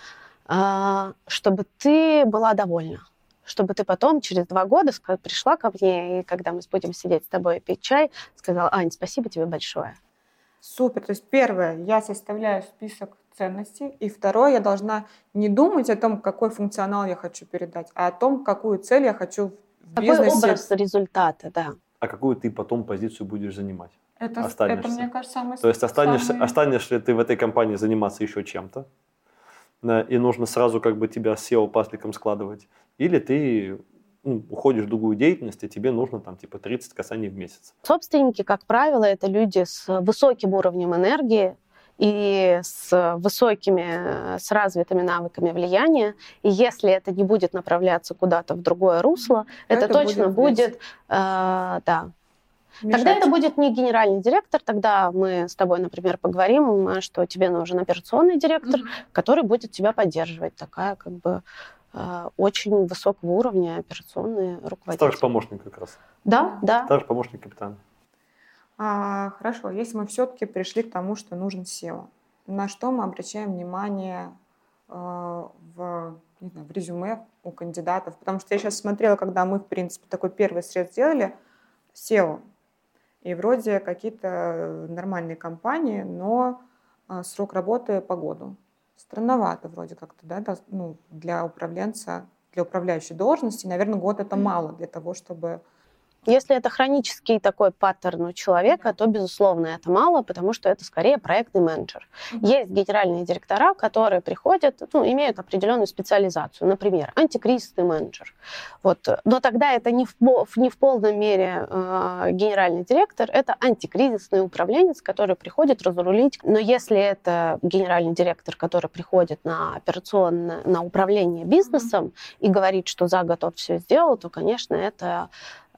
чтобы ты была довольна, чтобы ты потом через 2 года пришла ко мне, и когда мы будем сидеть с тобой и пить чай, сказала: Ань, спасибо тебе большое. Супер. То есть первое, я составляю список ценностей, и второе, я должна не думать о том, какой функционал я хочу передать, а о том, какую цель я хочу в бизнесе. Какой образ результата, да. А какую ты потом позицию будешь занимать? Это мне кажется, самое... То есть останешься ли ты в этой компании заниматься еще чем-то, и нужно сразу как бы тебя с SEO-пасликом складывать, или ты уходишь в другую деятельность, и тебе нужно там типа 30 касаний в месяц. Собственники, как правило, это люди с высоким уровнем энергии и с развитыми навыками влияния. И если это не будет направляться куда-то в другое русло, это точно будет да. Мешать. Тогда это будет не генеральный директор, тогда мы с тобой, например, поговорим, что тебе нужен операционный директор, который будет тебя поддерживать. Такая как бы очень высокого уровня операционный руководитель. Старший помощник как раз. Да. Старший помощник капитана. Хорошо, если мы все-таки пришли к тому, что нужен SEO, на что мы обращаем внимание в резюме у кандидатов? Потому что я сейчас смотрела, когда мы, в принципе, такой первый срез сделали, SEO, и вроде какие-то нормальные компании, но срок работы по году. Странновато вроде как-то, да, для управленца, для управляющей должности, наверное, год это мало для того, чтобы... Если это хронический такой паттерн у человека, то, безусловно, это мало, потому что это скорее проектный менеджер. Есть генеральные директора, которые приходят, имеют определенную специализацию, например, антикризисный менеджер. Но тогда это не в полной мере генеральный директор, это антикризисный управленец, который приходит разрулить. Но если это генеральный директор, который приходит на управление бизнесом и говорит, что за год он все сделал, то, конечно, это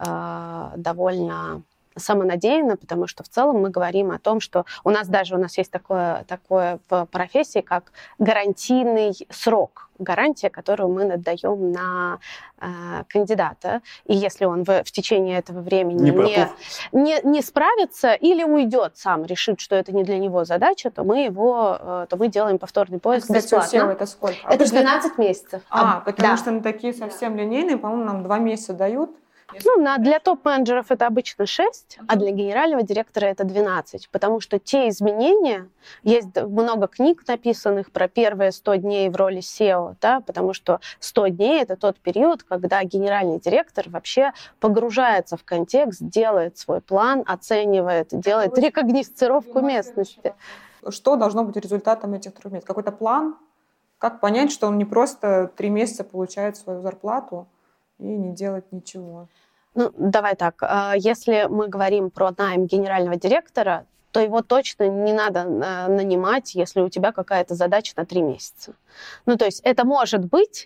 довольно самонадеянно, потому что в целом мы говорим о том, что у нас есть такое в профессии, как гарантийный срок, гарантия, которую мы отдаем на кандидата. И если он в течение этого времени не справится или уйдет сам, решит, что это не для него задача, то мы делаем повторный поиск бесплатно. SEO это сколько? Это 12 месяцев. Потому что на такие совсем линейные, по-моему, нам 2 месяца дают. Для топ-менеджеров это обычно 6, а для генерального директора это 12, потому что те изменения, есть много книг написанных про первые 100 дней в роли SEO, да, потому что 100 дней это тот период, когда генеральный директор вообще погружается в контекст, делает свой план, оценивает, делает рекогносцировку местности. Что должно быть результатом этих 3 месяцев? Какой-то план? Как понять, что он не просто 3 месяца получает свою зарплату и не делать ничего? Давай так. Если мы говорим про найм генерального директора, то его точно не надо нанимать, если у тебя какая-то задача на 3 месяца. То есть это может быть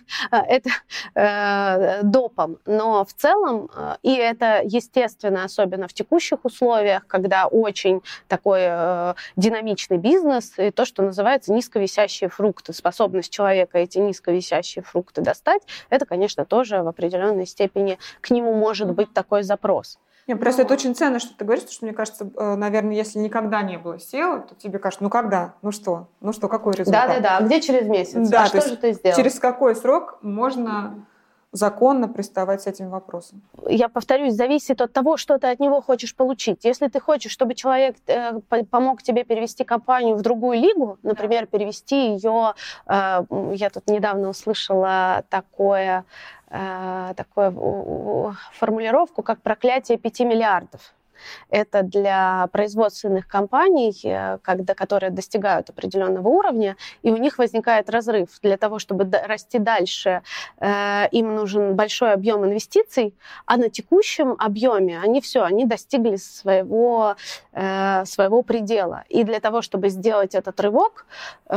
это допом, но в целом, и это естественно, особенно в текущих условиях, когда очень такой динамичный бизнес, и то, что называется низковисящие фрукты, способность человека эти низковисящие фрукты достать, это, конечно, тоже в определенной степени к нему может быть такой запрос. Просто это очень ценно, что ты говоришь, потому что, мне кажется, наверное, если никогда не было SEO, то тебе кажется, когда? Что, какой результат? Да, где через месяц? Да, что же ты сделал? Через какой срок можно законно приставать с этим вопросом? Я повторюсь, зависит от того, что ты от него хочешь получить. Если ты хочешь, чтобы человек помог тебе перевести компанию в другую лигу, например, перевести ее, я тут недавно услышала такую формулировку, как проклятие 5 миллиардов. Это для производственных компаний, которые достигают определенного уровня, и у них возникает разрыв. Для того, чтобы расти дальше, им нужен большой объем инвестиций, а на текущем объеме они достигли своего предела. И для того, чтобы сделать этот рывок,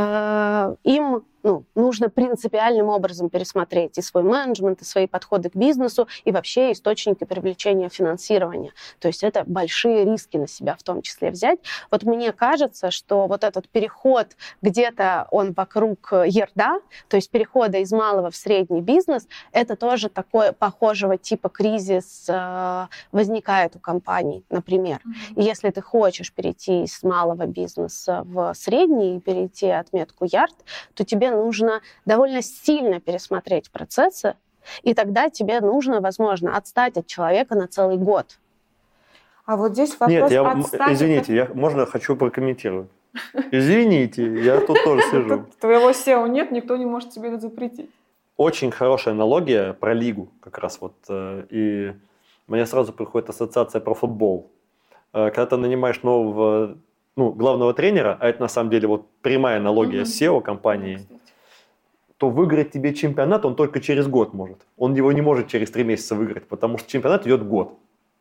им нужно принципиальным образом пересмотреть и свой менеджмент, и свои подходы к бизнесу, и вообще источники привлечения финансирования. То есть это большие риски на себя в том числе взять. Вот мне кажется, что вот этот переход где-то он вокруг ярда, то есть перехода из малого в средний бизнес, это тоже такой похожего типа кризис возникает у компаний, например. И если ты хочешь перейти из малого бизнеса в средний и перейти отметку ярд, то тебе нужно довольно сильно пересмотреть процессы, и тогда тебе нужно, возможно, отстать от человека на целый год. А вот здесь вопрос отстать... Извините, хочу прокомментировать. Извините, я тут тоже сижу. Твоего SEO нет, никто не может тебе это запретить. Очень хорошая аналогия про лигу как раз вот. И мне сразу приходит ассоциация про футбол. Когда ты нанимаешь нового главного тренера, а это на самом деле вот прямая аналогия с SEO компании, то выиграть тебе чемпионат он только через год может. Он его не может через 3 месяца выиграть, потому что чемпионат идет год.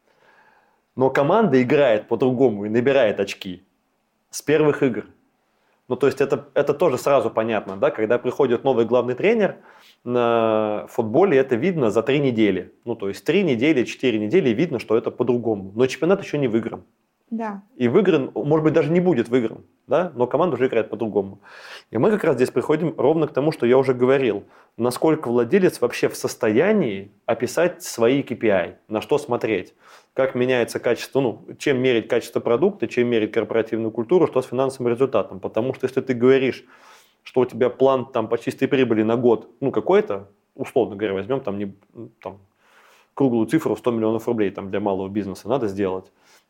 Но команда играет по-другому и набирает очки с первых игр. То есть это тоже сразу понятно, да? Когда приходит новый главный тренер на футболе, это видно за 3 недели. То есть 3 недели, 4 недели видно, что это по-другому. Но чемпионат еще не выигран. Да. И выигран, может быть, даже не будет выигран, да? Но команда уже играет по-другому. И мы как раз здесь приходим ровно к тому, что я уже говорил. Насколько владелец вообще в состоянии описать свои KPI, на что смотреть, как меняется качество, чем мерить качество продукта, чем мерить корпоративную культуру, что с финансовым результатом. Потому что если ты говоришь, что у тебя план по чистой прибыли на год, какой-то, условно говоря, возьмем круглую цифру 100 миллионов рублей для малого бизнеса надо сделать,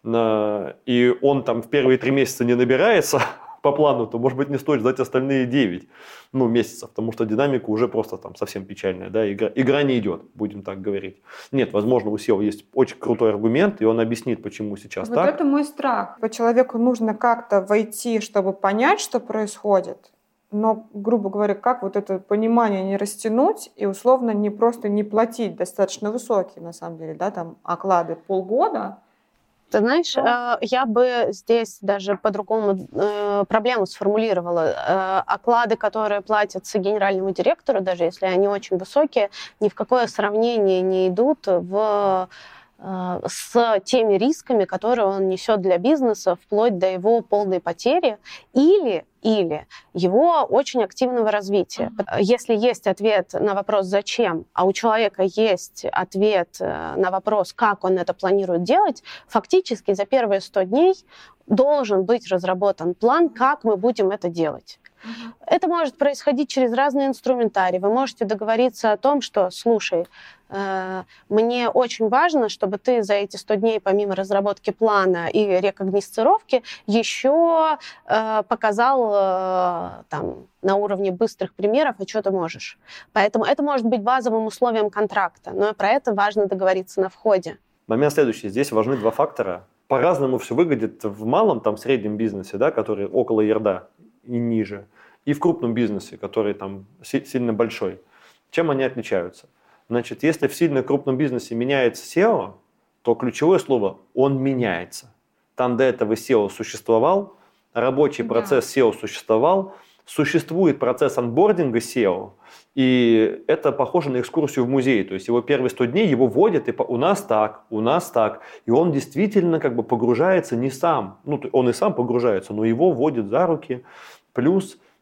и он в первые 3 месяца не набирается по плану, то, может быть, не стоит ждать остальные 9 месяцев, потому что динамика уже просто совсем печальная, да, игра не идет, будем так говорить. Нет, возможно, у SEO есть очень крутой аргумент, и он объяснит, почему сейчас так. Вот это мой страх. Человеку нужно как-то войти, чтобы понять, что происходит, но, грубо говоря, как вот это понимание не растянуть и условно не платить достаточно высокие, на самом деле, да, оклады полгода. Ты знаешь, я бы здесь даже по-другому проблему сформулировала. Оклады, которые платятся генеральному директору, даже если они очень высокие, ни в какое сравнение не идут с теми рисками, которые он несет для бизнеса, вплоть до его полной потери или его очень активного развития. Если есть ответ на вопрос «зачем?», а у человека есть ответ на вопрос «как он это планирует делать?», фактически за первые 100 дней должен быть разработан план, как мы будем это делать. Это может происходить через разные инструментарии. Вы можете договориться о том, что, слушай, мне очень важно, чтобы ты за эти 100 дней, помимо разработки плана и рекогносцировки, еще показал на уровне быстрых примеров, а что ты можешь. Поэтому это может быть базовым условием контракта, но про это важно договориться на входе. Момент следующий. Здесь важны 2 фактора. По-разному все выглядит в малом, среднем бизнесе, да, который около ярда и ниже, и в крупном бизнесе, который сильно большой. Чем они отличаются? Значит, если в сильно крупном бизнесе меняется SEO, то ключевое слово «он меняется». Там до этого SEO существовал, рабочий процесс SEO существовал, существует процесс анбординга SEO, и это похоже на экскурсию в музей. То есть его первые 100 дней его вводят, и у нас так, и он действительно погружается не сам. Он и сам погружается, но его вводят за руки. Плюс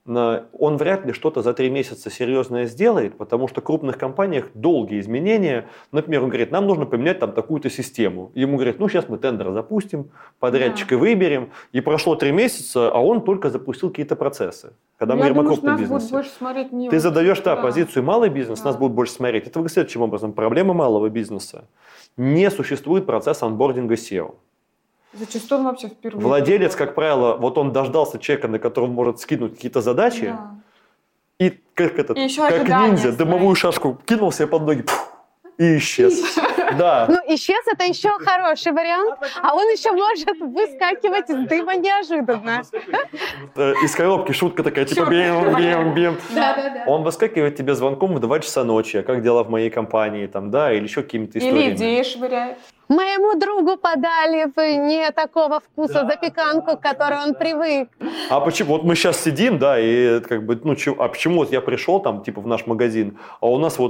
он вряд ли что-то за 3 месяца серьезное сделает, потому что в крупных компаниях долгие изменения. Например, он говорит, нам нужно поменять там такую-то систему. Ему говорят, сейчас мы тендер запустим, подрядчика выберем. И прошло 3 месяца, а он только запустил какие-то процессы. Когда мы говорим о крупном бизнесе. Ты задаешь позицию малый бизнес, нас будут больше смотреть. Это следующим образом. Проблема малого бизнеса. Не существует процесса онбординга SEO. Зачастую он вообще впервые. Владелец, как правило, он дождался человека, на которого может скинуть какие-то задачи, и как ниндзя, дымовую шашку кинул себе под ноги и исчез. Да. Исчез – это еще хороший вариант, а он еще может выскакивать из дыма неожиданно. Из коробки шутка такая, типа бим-бим-бим. Да. Он выскакивает тебе звонком в 2 часа ночи, как дела в моей компании, или еще какими-то историями. Или идеи швыряет. Моему другу подали не такого вкуса запеканку, к которой он привык. А почему? Вот мы сейчас сидим, и почему я пришел в наш магазин, а у нас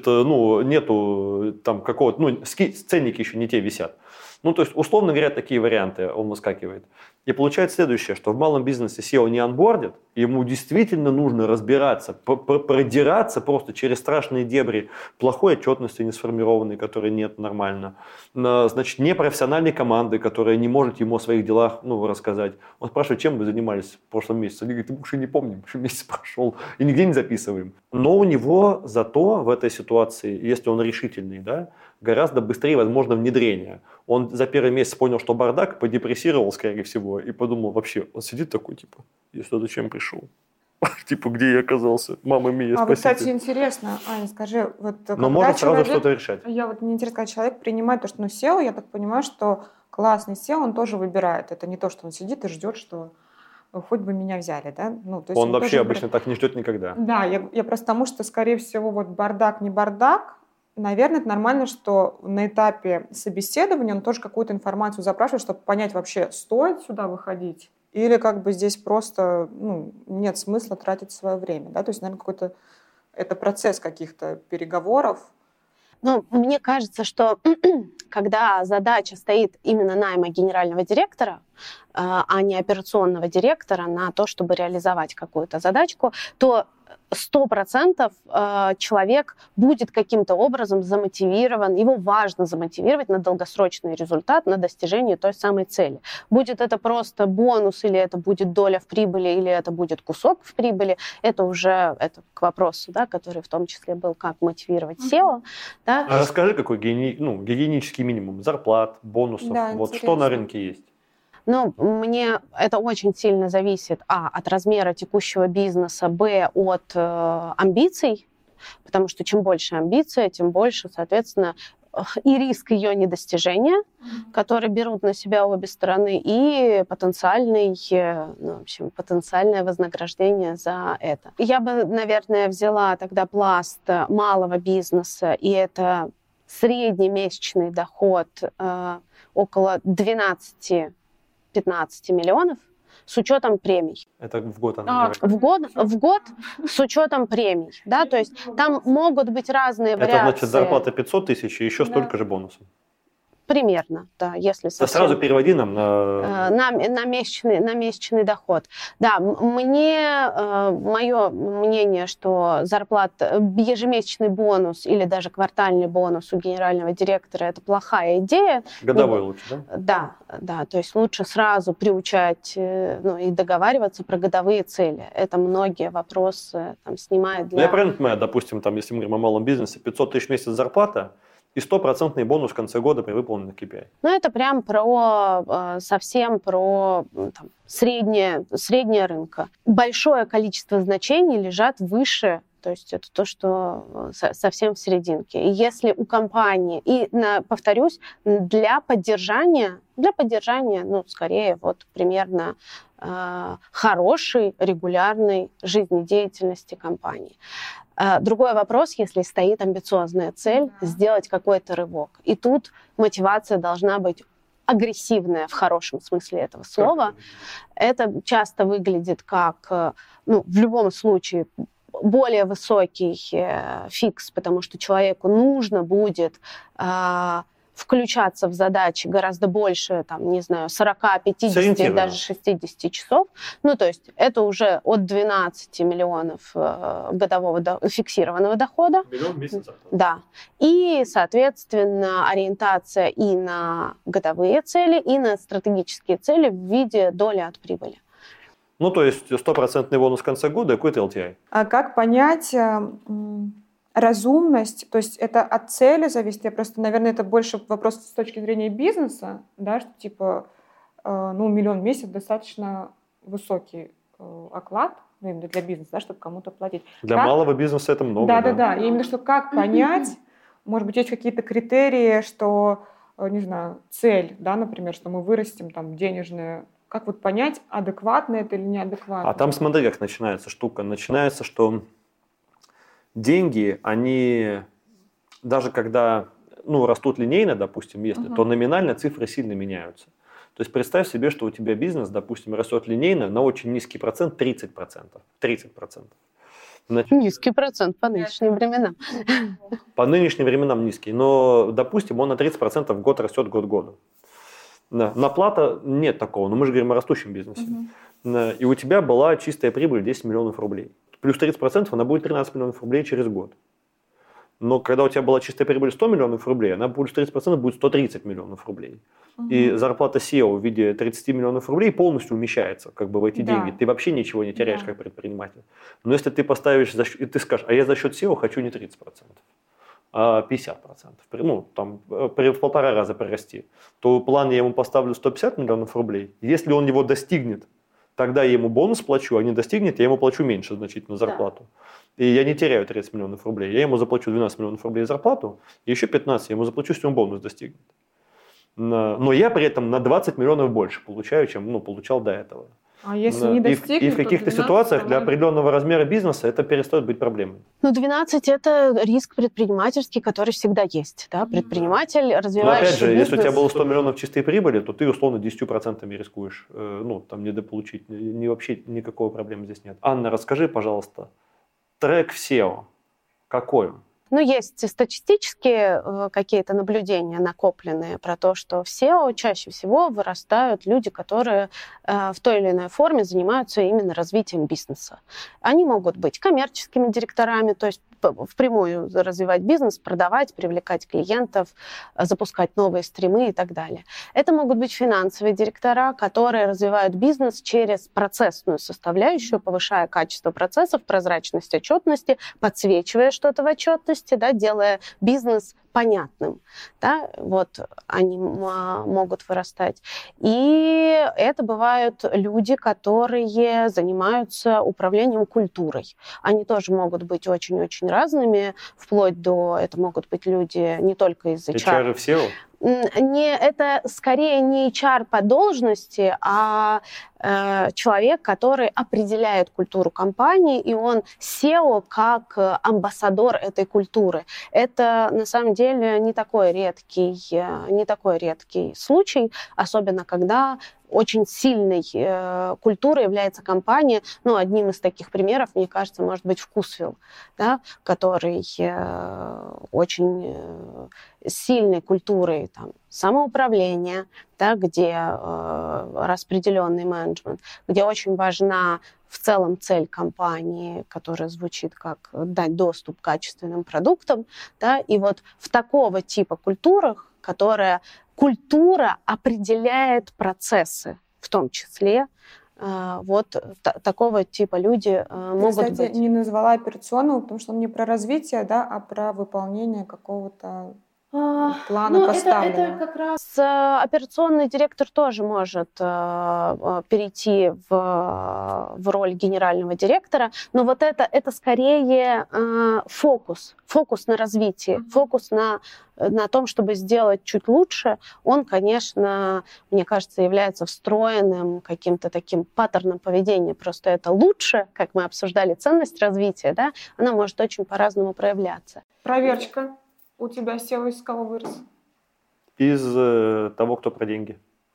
нету какого-то, ценники еще не те висят. То есть, условно говоря, такие варианты он выскакивает. И получается следующее, что в малом бизнесе SEO не онбордит, ему действительно нужно разбираться, продираться просто через страшные дебри плохой отчетности не сформированной, которой нет нормально, значит, непрофессиональной команды, которая не может ему о своих делах рассказать. Он спрашивает, чем вы занимались в прошлом месяце? Они говорят, мы уже не помним, что месяц прошел, и нигде не записываем. Но у него зато в этой ситуации, если он решительный, гораздо быстрее возможно внедрение. Он за первый месяц понял, что бардак, подепрессировал, скорее всего, и подумал, вообще, он сидит такой, я сюда зачем пришел? Где я оказался? Мама мия, спасите. Кстати, интересно, Аня, скажи, но можно сразу что-то решать. Мне интересно, когда человек принимает то, что SEO, я так понимаю, что классный SEO, он тоже выбирает. Это не то, что он сидит и ждет, что хоть бы меня взяли, да? То есть он вообще обычно так не ждет никогда. Да, я просто потому, что, скорее всего, бардак, не бардак, наверное, это нормально, что на этапе собеседования он тоже какую-то информацию запрашивает, чтобы понять вообще, стоит сюда выходить или здесь просто нет смысла тратить свое время. Да? То есть, наверное, какой-то это процесс каких-то переговоров. Мне кажется, что когда задача стоит именно найма генерального директора, а не операционного директора на то, чтобы реализовать какую-то задачку, то 100% человек будет каким-то образом замотивирован, его важно замотивировать на долгосрочный результат, на достижение той самой цели. Будет это просто бонус, или это будет доля в прибыли, или это будет кусок в прибыли, это уже к вопросу, который в том числе был, как мотивировать SEO. Да? А расскажи, какой гигиенический минимум зарплат, бонусов, что на рынке есть? Мне это очень сильно зависит, от размера текущего бизнеса, от амбиций, потому что чем больше амбиция, тем больше, соответственно, и риск ее недостижения, который берут на себя обе стороны, и потенциальное вознаграждение за это. Я бы, наверное, взяла тогда пласт малого бизнеса, и это средний месячный доход около 12-15 миллионов с учетом премий. Это в год? В год с учетом премий. Да? То есть там могут быть разные вариации. Это значит зарплата 500 тысяч и еще столько же бонусов? Примерно, да, если совсем... Сразу переводи нам на месячный доход. Да, мое мнение, что ежемесячный бонус или даже квартальный бонус у генерального директора – это плохая идея. Годовой лучше, да? Да, то есть лучше сразу приучать и договариваться про годовые цели. Это многие вопросы снимает для... Я правильно понимаю, допустим, если мы говорим о малом бизнесе, 500 тысяч в месяц зарплата, и 100% бонус в конце года при выполненных KPI. Это прям совсем про среднее рынка. Большое количество значений лежат выше, то есть это то, что совсем в серединке. И если у компании, повторюсь, для поддержания, скорее примерно хорошей, регулярной жизнедеятельности компании. Другой вопрос, если стоит амбициозная цель, сделать какой-то рывок. И тут мотивация должна быть агрессивная в хорошем смысле этого слова. Это часто выглядит как, в любом случае, более высокий фикс, потому что человеку нужно будет включаться в задачи гораздо больше, там, не знаю, 40, 50, даже 60 часов. Ну, то есть это уже от 12 миллионов годового фиксированного дохода. Миллион в месяц. Да. И, соответственно, ориентация и на годовые цели, и на стратегические цели в виде доли от прибыли. Ну, то есть 100% бонус в конце года и какой-то LTI. А как понять разумность? То есть это от цели зависит? Я просто, наверное, это больше вопрос с точки зрения бизнеса, да, что типа, ну, миллион в месяц достаточно высокий оклад, ну, именно для бизнеса, да, чтобы кому-то платить. Для малого бизнеса это много. Да. И именно что как понять, может быть, есть какие-то критерии, что, не знаю, цель, да, например, что мы вырастим там денежное. Как вот понять, адекватно это или неадекватно? А там смотри, как начинается штука. Начинается, что деньги, они даже когда растут линейно, допустим, если, то номинально цифры сильно меняются. То есть представь себе, что у тебя бизнес, допустим, растет линейно на очень низкий процент, 30%. 30%. Значит, низкий процент по нынешним временам. По нынешним временам низкий. Но, допустим, он на 30% в год растет год к году. На плата нет такого, но мы же говорим о растущем бизнесе. И у тебя была чистая прибыль 10 миллионов рублей. Плюс 30% она будет 13 миллионов рублей через год. Но когда у тебя была чистая прибыль 100 миллионов рублей, она плюс 30% будет 130 миллионов рублей. И зарплата SEO в виде 30 миллионов рублей полностью умещается как бы в эти деньги. Ты вообще ничего не теряешь как предприниматель. Но если ты поставишь, и ты скажешь, а я за счет SEO хочу не 30%. 50%, ну, там, в 1,5 раза прирасти, то план я ему поставлю 150 миллионов рублей. Если он его достигнет, тогда я ему бонус плачу, а не достигнет, я ему плачу меньше значительно зарплату. И я не теряю 30 миллионов рублей. Я ему заплачу 12 миллионов рублей зарплату, и еще 15 я ему заплачу, если он бонус достигнет. Но я при этом на 20 миллионов больше получаю, чем получал до этого. А если не достигнет, и в каких-то ситуациях для определенного размера бизнеса это перестает быть проблемой. 12 – это риск предпринимательский, который всегда есть. Да? Предприниматель, развивающий опять же, бизнес... если у тебя было 100 миллионов чистой прибыли, то ты условно 10% рискуешь там недополучить. Вообще никакой проблемы здесь нет. Анна, расскажи, пожалуйста, трек в SEO какой он? Есть статистические какие-то наблюдения накопленные про то, что в SEO чаще всего вырастают люди, которые в той или иной форме занимаются именно развитием бизнеса. Они могут быть коммерческими директорами, то есть впрямую развивать бизнес, продавать, привлекать клиентов, запускать новые стримы и так далее. Это могут быть финансовые директора, которые развивают бизнес через процессную составляющую, повышая качество процессов, прозрачность отчетности, подсвечивая что-то в отчетности, да, делая бизнес понятным. Да, вот они могут вырастать. И это бывают люди, которые занимаются управлением культурой. Они тоже могут быть очень-очень разными, вплоть до... Это могут быть люди не только из HR. HR в SEO? Это скорее не HR по должности, а человек, который определяет культуру компании, и он SEO как амбассадор этой культуры. Это на самом деле не такой редкий случай, особенно когда очень сильной культурой является компания. Одним из таких примеров, мне кажется, может быть Вкусвилл, да, который очень сильной культурой самоуправления, да, где распределенный менеджмент, где очень важна в целом цель компании, которая звучит как дать доступ к качественным продуктам. Да, и вот в такого типа культурах, культура определяет процессы, в том числе. Такого типа люди могут быть. Не назвала операционного, потому что он не про развитие, да, а про выполнение какого-то плана поставленного. Это как раз операционный директор тоже может перейти в роль генерального директора, но вот это скорее фокус на развитии, фокус на том, чтобы сделать чуть лучше, он, конечно, мне кажется, является встроенным каким-то таким паттерном поведения. Просто это лучше, как мы обсуждали, ценность развития, да, она может очень по-разному проявляться. Проверочка. У тебя SEO из кого вырос? Из того, кто про деньги.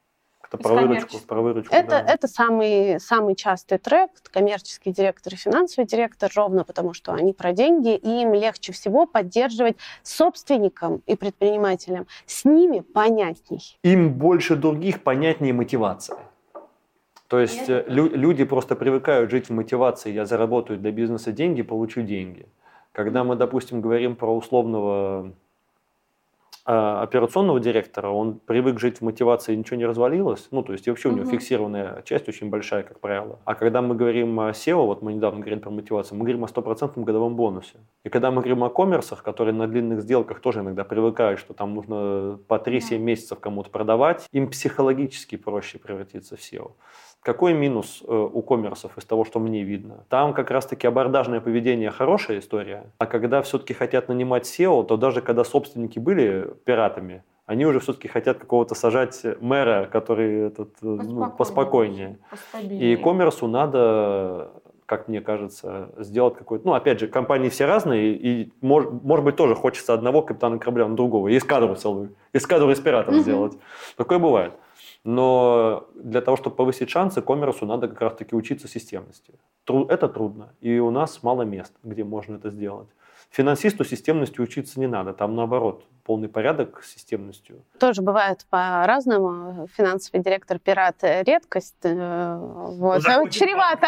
Это про выручку. Это самый частый трек, коммерческий директор и финансовый директор, ровно потому, что они про деньги, и им легче всего поддерживать собственникам и предпринимателям. С ними понятней. Им больше других понятнее мотивация. То есть люди просто привыкают жить в мотивации. Я заработаю для бизнеса деньги, получу деньги. Когда мы, допустим, говорим про условного операционного директора, он привык жить в мотивации, ничего не развалилось. Ну, то есть вообще у него фиксированная часть очень большая, как правило. А когда мы говорим о SEO, вот мы недавно говорили про мотивацию, мы говорим о 100% годовом бонусе. И когда мы говорим о коммерсах, которые на длинных сделках тоже иногда привыкают, что там нужно по 3-7 месяцев кому-то продавать, им психологически проще превратиться в SEO. Какой минус у коммерсов из того, что мне видно? Там как раз-таки абордажное поведение хорошая история, а когда все-таки хотят нанимать SEO, то даже когда собственники были пиратами, они уже все-таки хотят какого-то сажать мэра, который поспокойнее. И коммерсу надо, как мне кажется, сделать какой-то... Ну, опять же, компании все разные, и может быть тоже хочется одного капитана корабля на другого, и эскадру целую, эскадру из пиратов сделать. Такое бывает. Но для того, чтобы повысить шансы, коммерсу надо как раз-таки учиться системности. Это трудно, и у нас мало мест, где можно это сделать. Финансисту системности учиться не надо, там наоборот, полный порядок с системностью. Тоже бывает по-разному. Финансовый директор пират — редкость. Вот. Чревато.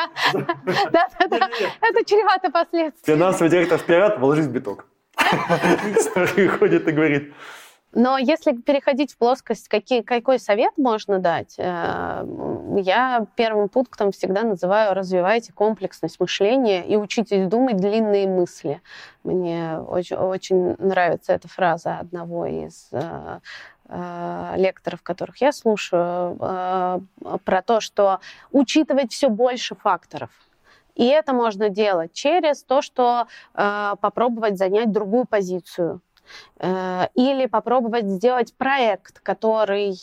Это чревато последствия. Финансовый директор пират, вложись в биток. Приходит и говорит... Но если переходить в плоскость, какой совет можно дать, я первым пунктом всегда называю: развивайте комплексность мышления и учитесь думать длинные мысли. Мне очень нравится эта фраза одного из лекторов, которых я слушаю, про то, что учитывать все больше факторов. И это можно делать через то, что попробовать занять другую позицию. Или попробовать сделать проект, который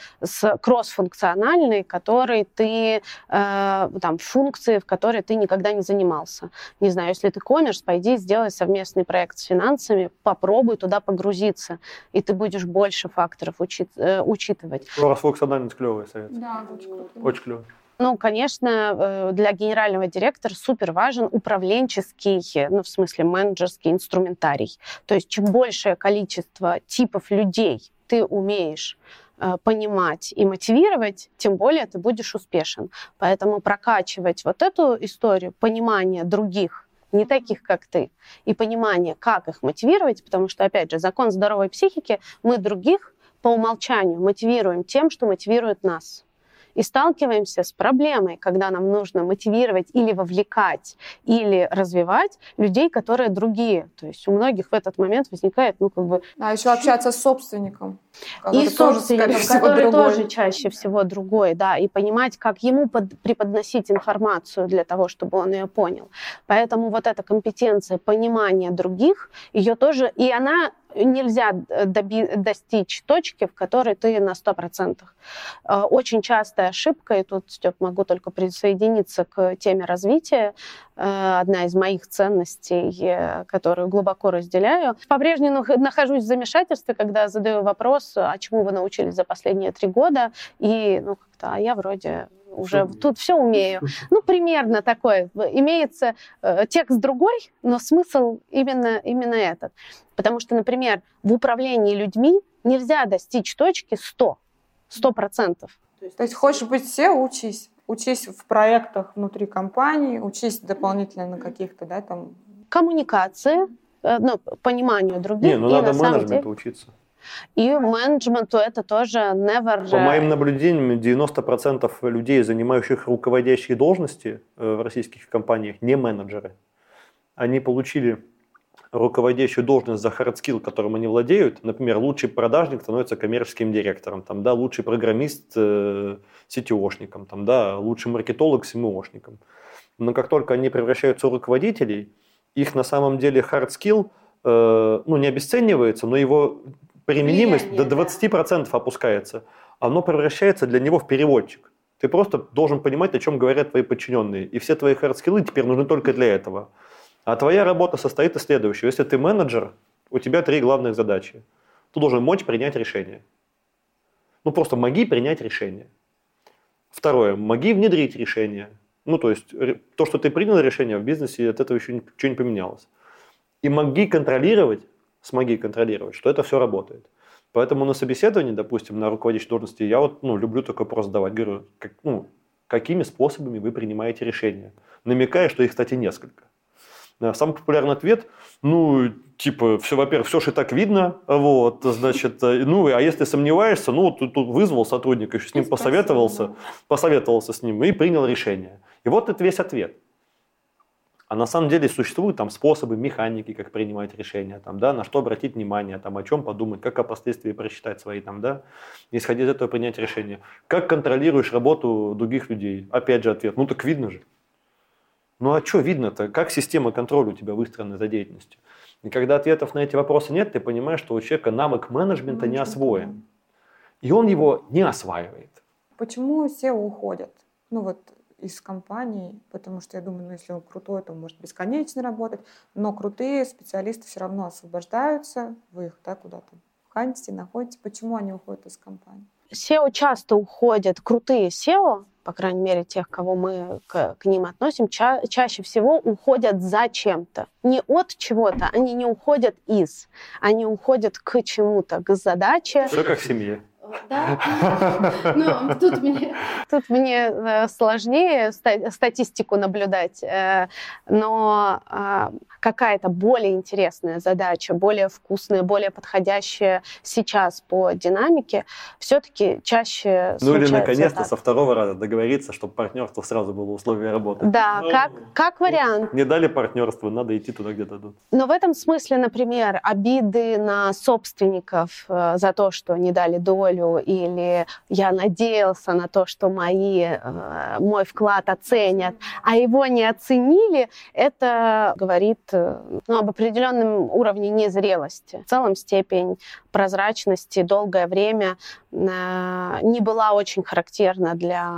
кроссфункциональный, который ты, там, функции, в которой ты никогда не занимался. Не знаю, если ты коммерс, пойди сделай совместный проект с финансами, попробуй туда погрузиться, и ты будешь больше факторов учитывать. Кроссфункциональность — клевый совет. Да, очень круто. Очень клевый. Ну, конечно, для генерального директора супер важен управленческий, ну, в смысле, менеджерский инструментарий. То есть чем большее количество типов людей ты умеешь понимать и мотивировать, тем более ты будешь успешен. Поэтому прокачивать вот эту историю, понимание других, не таких, как ты, и понимание, как их мотивировать, потому что, опять же, закон здоровой психики, мы других по умолчанию мотивируем тем, что мотивирует нас. И сталкиваемся с проблемой, когда нам нужно мотивировать или вовлекать, или развивать людей, которые другие. То есть у многих в этот момент возникает, ну, как бы... А еще общаться с собственником. И собственником, который тоже чаще всего другой, да, и понимать, как ему преподносить информацию для того, чтобы он ее понял. Поэтому вот эта компетенция понимания других, ее тоже, и она... Нельзя достичь точки, в которой ты на 100%. Очень частая ошибка, и тут, Степ, могу только присоединиться к теме развития, одна из моих ценностей, которую глубоко разделяю. По-прежнему нахожусь в замешательстве, когда задаю вопрос, а чему вы научились за последние 3 года, и, ну, как-то, а я вроде... уже тут все умею. Ну, примерно такой. Имеется текст другой, но смысл именно этот. Потому что, например, в управлении людьми нельзя достичь точки 100%. То есть хочешь быть SEO, учись. Учись в проектах внутри компании, учись дополнительно на каких-то, да, там... Коммуникации, ну, пониманию других. Не, ну надо менеджменту учиться. И менеджменту это тоже never... По моим наблюдениям, 90% людей, занимающих руководящие должности в российских компаниях, не менеджеры. Они получили руководящую должность за hard skill, которым они владеют. Например, лучший продажник становится коммерческим директором, там, да, лучший программист CTO-шником, там, да, лучший маркетолог СМО-шником. Но как только они превращаются в руководителей, их на самом деле hard skill ну, не обесценивается, но его применимость до 20% опускается. Оно превращается для него в переводчик. Ты просто должен понимать, о чем говорят твои подчиненные. И все твои хардскиллы теперь нужны только для этого. А твоя работа состоит из следующего. Если ты менеджер, у тебя 3 главных задачи. Ты должен мочь принять решение. Ну, просто моги принять решение. Второе, помоги внедрить решение. Ну, то есть то, что ты принял решение в бизнесе, от этого еще ничего не поменялось. И смоги контролировать, что это все работает. Поэтому на собеседовании, допустим, на руководящей должности, я люблю такой вопрос задавать. Говорю, какими способами вы принимаете решения? Намекая, что их, кстати, несколько. Самый популярный ответ, во-первых, все же и так видно, значит, а если сомневаешься, тут вызвал сотрудника, еще с ним посоветовался с ним и принял решение. И вот это весь ответ. А на самом деле существуют там способы, механики, как принимать решения, на что обратить внимание, о чем подумать, как о последствии просчитать свои, исходя из этого принять решение. Как контролируешь работу других людей? Опять же ответ, так видно же. А что видно-то? Как система контроля у тебя выстроена за деятельностью? И когда ответов на эти вопросы нет, ты понимаешь, что у человека навык менеджмента не освоен. И он его не осваивает. Почему SEO уходят? Из компаний, потому что я думаю, если он крутой, то он может бесконечно работать, но крутые специалисты все равно освобождаются, вы их куда-то хантите, находите. Почему они уходят из компании? SEO часто уходят, крутые SEO, по крайней мере, тех, кого мы к ним относим, чаще всего уходят за чем-то. Не от чего-то, они не уходят из, они уходят к чему-то, к задаче. Все как в семье. Да. Тут мне сложнее статистику наблюдать, но какая-то более интересная задача, более вкусная, более подходящая сейчас по динамике, все-таки чаще случается. Или наконец-то со второго раза договориться, чтобы партнерство сразу было условие работы. Да, как вариант. Не дали партнерство, надо идти туда, где дадут. Но в этом смысле, например, обиды на собственников за то, что не дали долю, или я надеялся на то, что мой вклад оценят, а его не оценили, это говорит об определенном уровне незрелости. В целом степень прозрачности долгое время не была очень характерна для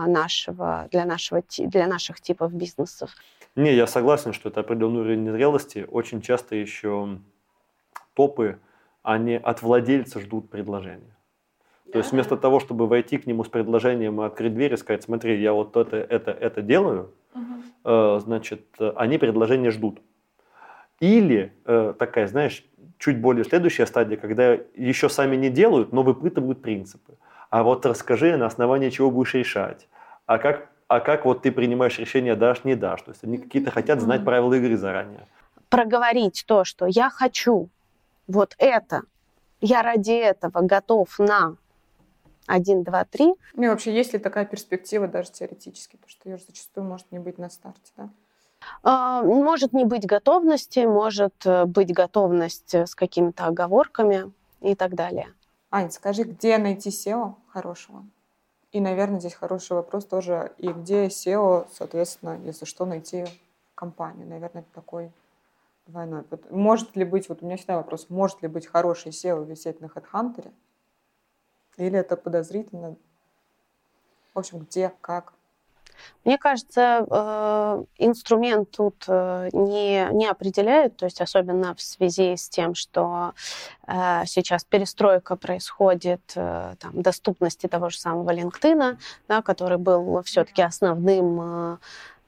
наших типов бизнесов. Не, я согласен, что это определенный уровень незрелости. Очень часто еще топы, они от владельца ждут предложения. То есть вместо того, чтобы войти к нему с предложением и открыть дверь и сказать, смотри, я вот это делаю, значит, они предложения ждут. Или такая, знаешь, чуть более следующая стадия, когда еще сами не делают, но выпытывают принципы. А вот расскажи, на основании чего будешь решать. А как вот ты принимаешь решение, дашь, не дашь. То есть они какие-то хотят знать правила игры заранее. Проговорить то, что я хочу вот это, я ради этого готов на 1, 2, 3. И вообще, есть ли такая перспектива даже теоретически, потому что ее зачастую может не быть на старте, да? Может не быть готовности, может быть готовность с какими-то оговорками и так далее. Ань, скажи, где найти SEO хорошего? И, наверное, здесь хороший вопрос тоже, и где SEO, соответственно, если что, найти компанию. Наверное, это такой двойной. Может ли быть, у меня всегда вопрос, может ли быть хороший SEO висеть на HeadHunter? Или это подозрительно? В общем, где, как? Мне кажется, инструмент тут не определяет, то есть особенно в связи с тем, что сейчас перестройка происходит доступности того же самого LinkedIn, да, который был все-таки основным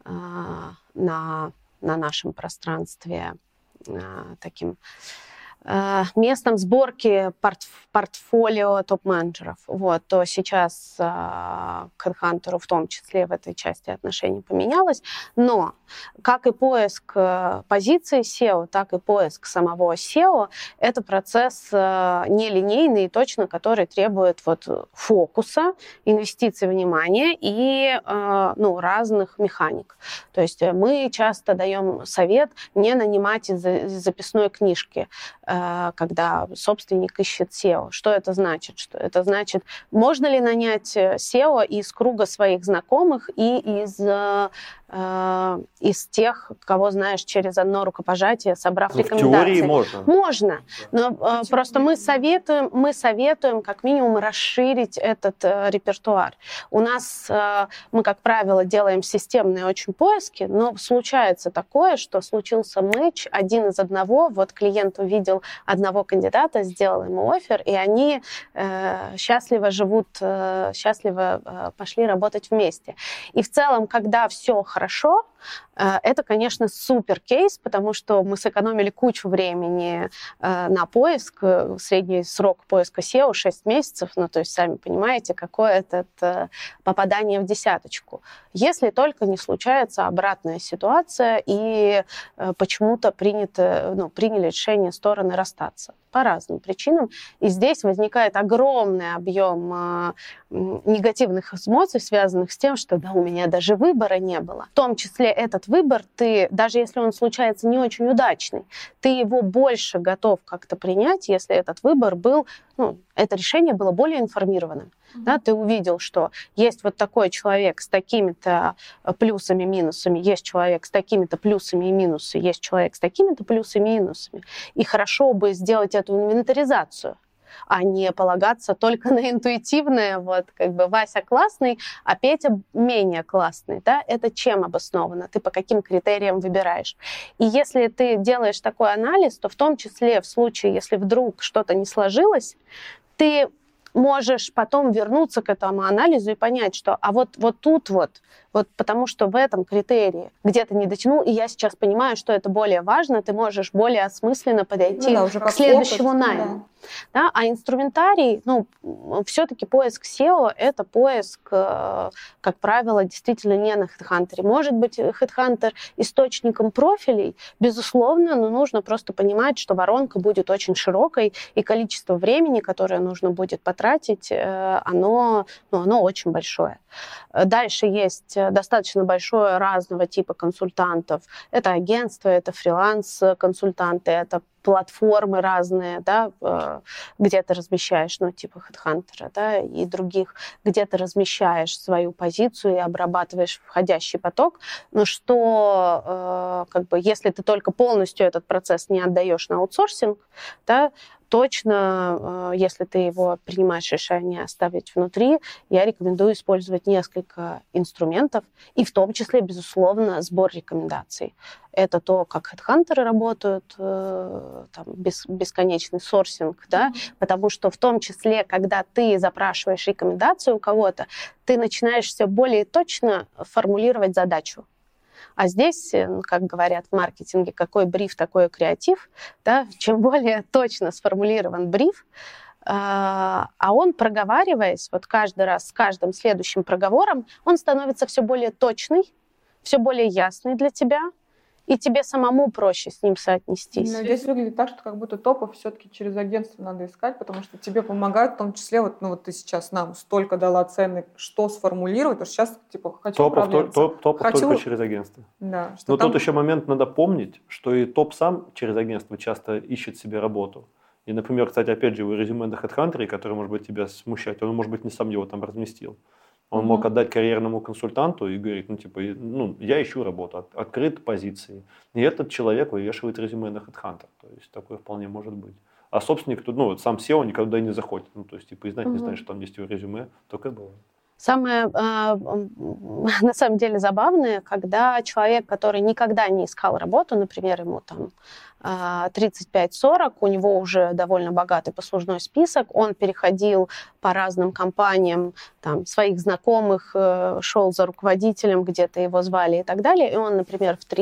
на нашем пространстве таким местом сборки портфолио топ-менеджеров, то сейчас к HeadHunter в том числе в этой части отношений поменялось. Но как и поиск позиции SEO, так и поиск самого SEO – это процесс нелинейный, точно, который требует фокуса, инвестиций внимания и разных механик. То есть мы часто даем совет не нанимать из записной книжки, когда собственник ищет SEO. Что это значит? Это значит, можно ли нанять SEO из круга своих знакомых и из из тех, кого знаешь через одно рукопожатие, собрав рекомендации. В теории можно. Можно, но просто мы советуем как минимум расширить этот репертуар. У нас мы, как правило, делаем системные очень поиски, но случается такое, что случился матч один из одного, вот клиент увидел одного кандидата, сделал ему оффер, и они счастливо живут, счастливо пошли работать вместе. И в целом, когда все хорошо, это, конечно, супер кейс, потому что мы сэкономили кучу времени на поиск. Средний срок поиска SEO 6 месяцев. Ну, то есть, сами понимаете, какое это попадание в десяточку. Если только не случается обратная ситуация и почему-то приняли решение стороны расстаться. По разным причинам. И здесь возникает огромный объем негативных эмоций, связанных с тем, что да, у меня даже выбора не было. В том числе этот выбор, ты, даже если он случается не очень удачный, ты его больше готов как-то принять, если этот выбор был, это решение было более информированным. Да, ты увидел, что есть вот такой человек с такими-то плюсами и минусами, есть человек с такими-то плюсами и минусами, есть человек с такими-то плюсами и минусами. И хорошо бы сделать эту инвентаризацию, а не полагаться только на интуитивное, вот как бы Вася классный, а Петя менее классный. Да? Это чем обосновано? Ты по каким критериям выбираешь? И если ты делаешь такой анализ, то в том числе в случае, если вдруг что-то не сложилось, ты можешь потом вернуться к этому анализу и понять, что вот тут потому что в этом критерии где-то не дотянул, и я сейчас понимаю, что это более важно, ты можешь более осмысленно подойти к следующему найму. Да, а инструментарий, все-таки поиск SEO — это поиск, как правило, действительно не на HeadHunter. Может быть, HeadHunter источником профилей, безусловно, но нужно просто понимать, что воронка будет очень широкой, и количество времени, которое нужно будет потратить, оно очень большое. Дальше есть достаточно большое разного типа консультантов. Это агентства, это фриланс-консультанты, это платформы разные, да, где ты размещаешь, типа HeadHunter, да, и других, где ты размещаешь свою позицию и обрабатываешь входящий поток, но что, если ты только полностью этот процесс не отдаешь на аутсорсинг, да, точно, если ты его принимаешь решение оставить внутри, я рекомендую использовать несколько инструментов, и в том числе, безусловно, сбор рекомендаций. Это то, как HeadHunter'ы работают, бесконечный сорсинг, да, потому что в том числе, когда ты запрашиваешь рекомендацию у кого-то, ты начинаешь все более точно формулировать задачу. А здесь, как говорят в маркетинге, какой бриф, такой креатив. Да? Чем более точно сформулирован бриф, а он, проговариваясь, вот каждый раз с каждым следующим проговором, он становится все более точный, все более ясный для тебя, и тебе самому проще с ним соотнестись. Но здесь выглядит так, что как будто топов все-таки через агентство надо искать, потому что тебе помогают, в том числе, ты сейчас нам столько дала цены, что сформулировать, потому что сейчас, хочу топов только через агентство. Да, но тут еще момент надо помнить, что и топ сам через агентство часто ищет себе работу. И, например, кстати, опять же, резюме на HeadHunter, который, может быть, тебя смущает, он, может быть, не сам его там разместил. Он мог отдать карьерному консультанту и говорить, я ищу работу, открыты позиции. И этот человек вывешивает резюме на HeadHunter. То есть такое вполне может быть. А собственник, сам SEO никогда не заходит. И знать не знает, что там есть его резюме. Только это было. Самое, на самом деле, забавное, когда человек, который никогда не искал работу, например, ему 35-40, у него уже довольно богатый послужной список, он переходил по разным компаниям, своих знакомых, шел за руководителем, где-то его звали и так далее, и он, например, в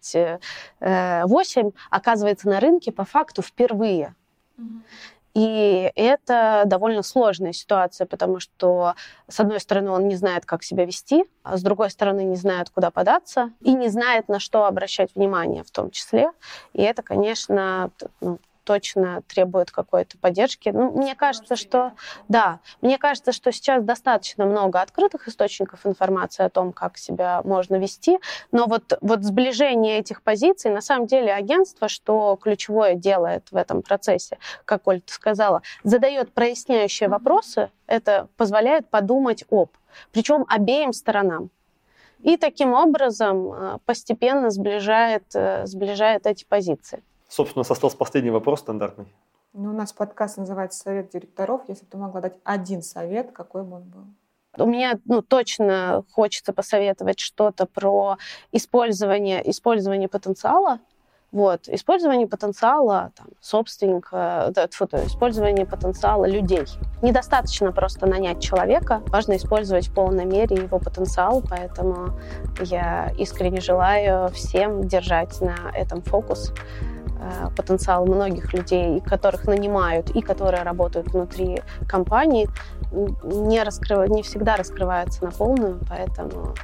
38 оказывается на рынке по факту впервые. И это довольно сложная ситуация, потому что, с одной стороны, он не знает, как себя вести, а с другой стороны, не знает, куда податься, и не знает, на что обращать внимание в том числе. И это, конечно, точно требует какой-то поддержки. Мне кажется, что сейчас достаточно много открытых источников информации о том, как себя можно вести, но вот сближение этих позиций, на самом деле агентство, что ключевое делает в этом процессе, как Оль сказала, задает проясняющие вопросы, это позволяет подумать причем обеим сторонам. И таким образом постепенно сближает эти позиции. Собственно, остался последний вопрос стандартный. У нас подкаст называется «Совет директоров». Если бы ты могла дать один совет, какой бы он был? У меня точно хочется посоветовать что-то про использование потенциала. Использование потенциала собственника, использование потенциала людей. Недостаточно просто нанять человека, важно использовать в полной мере его потенциал, поэтому я искренне желаю всем держать на этом фокус. Потенциал многих людей, которых нанимают и которые работают внутри компании, не всегда раскрывается на полную, поэтому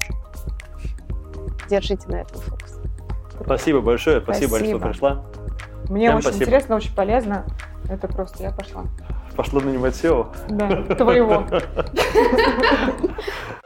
держите на этом фокус. Спасибо большое, спасибо большое, что пришла. Мне Всем очень спасибо. интересно, очень полезно. Это просто я пошла. Пошла нанимать SEO? Да, твоего.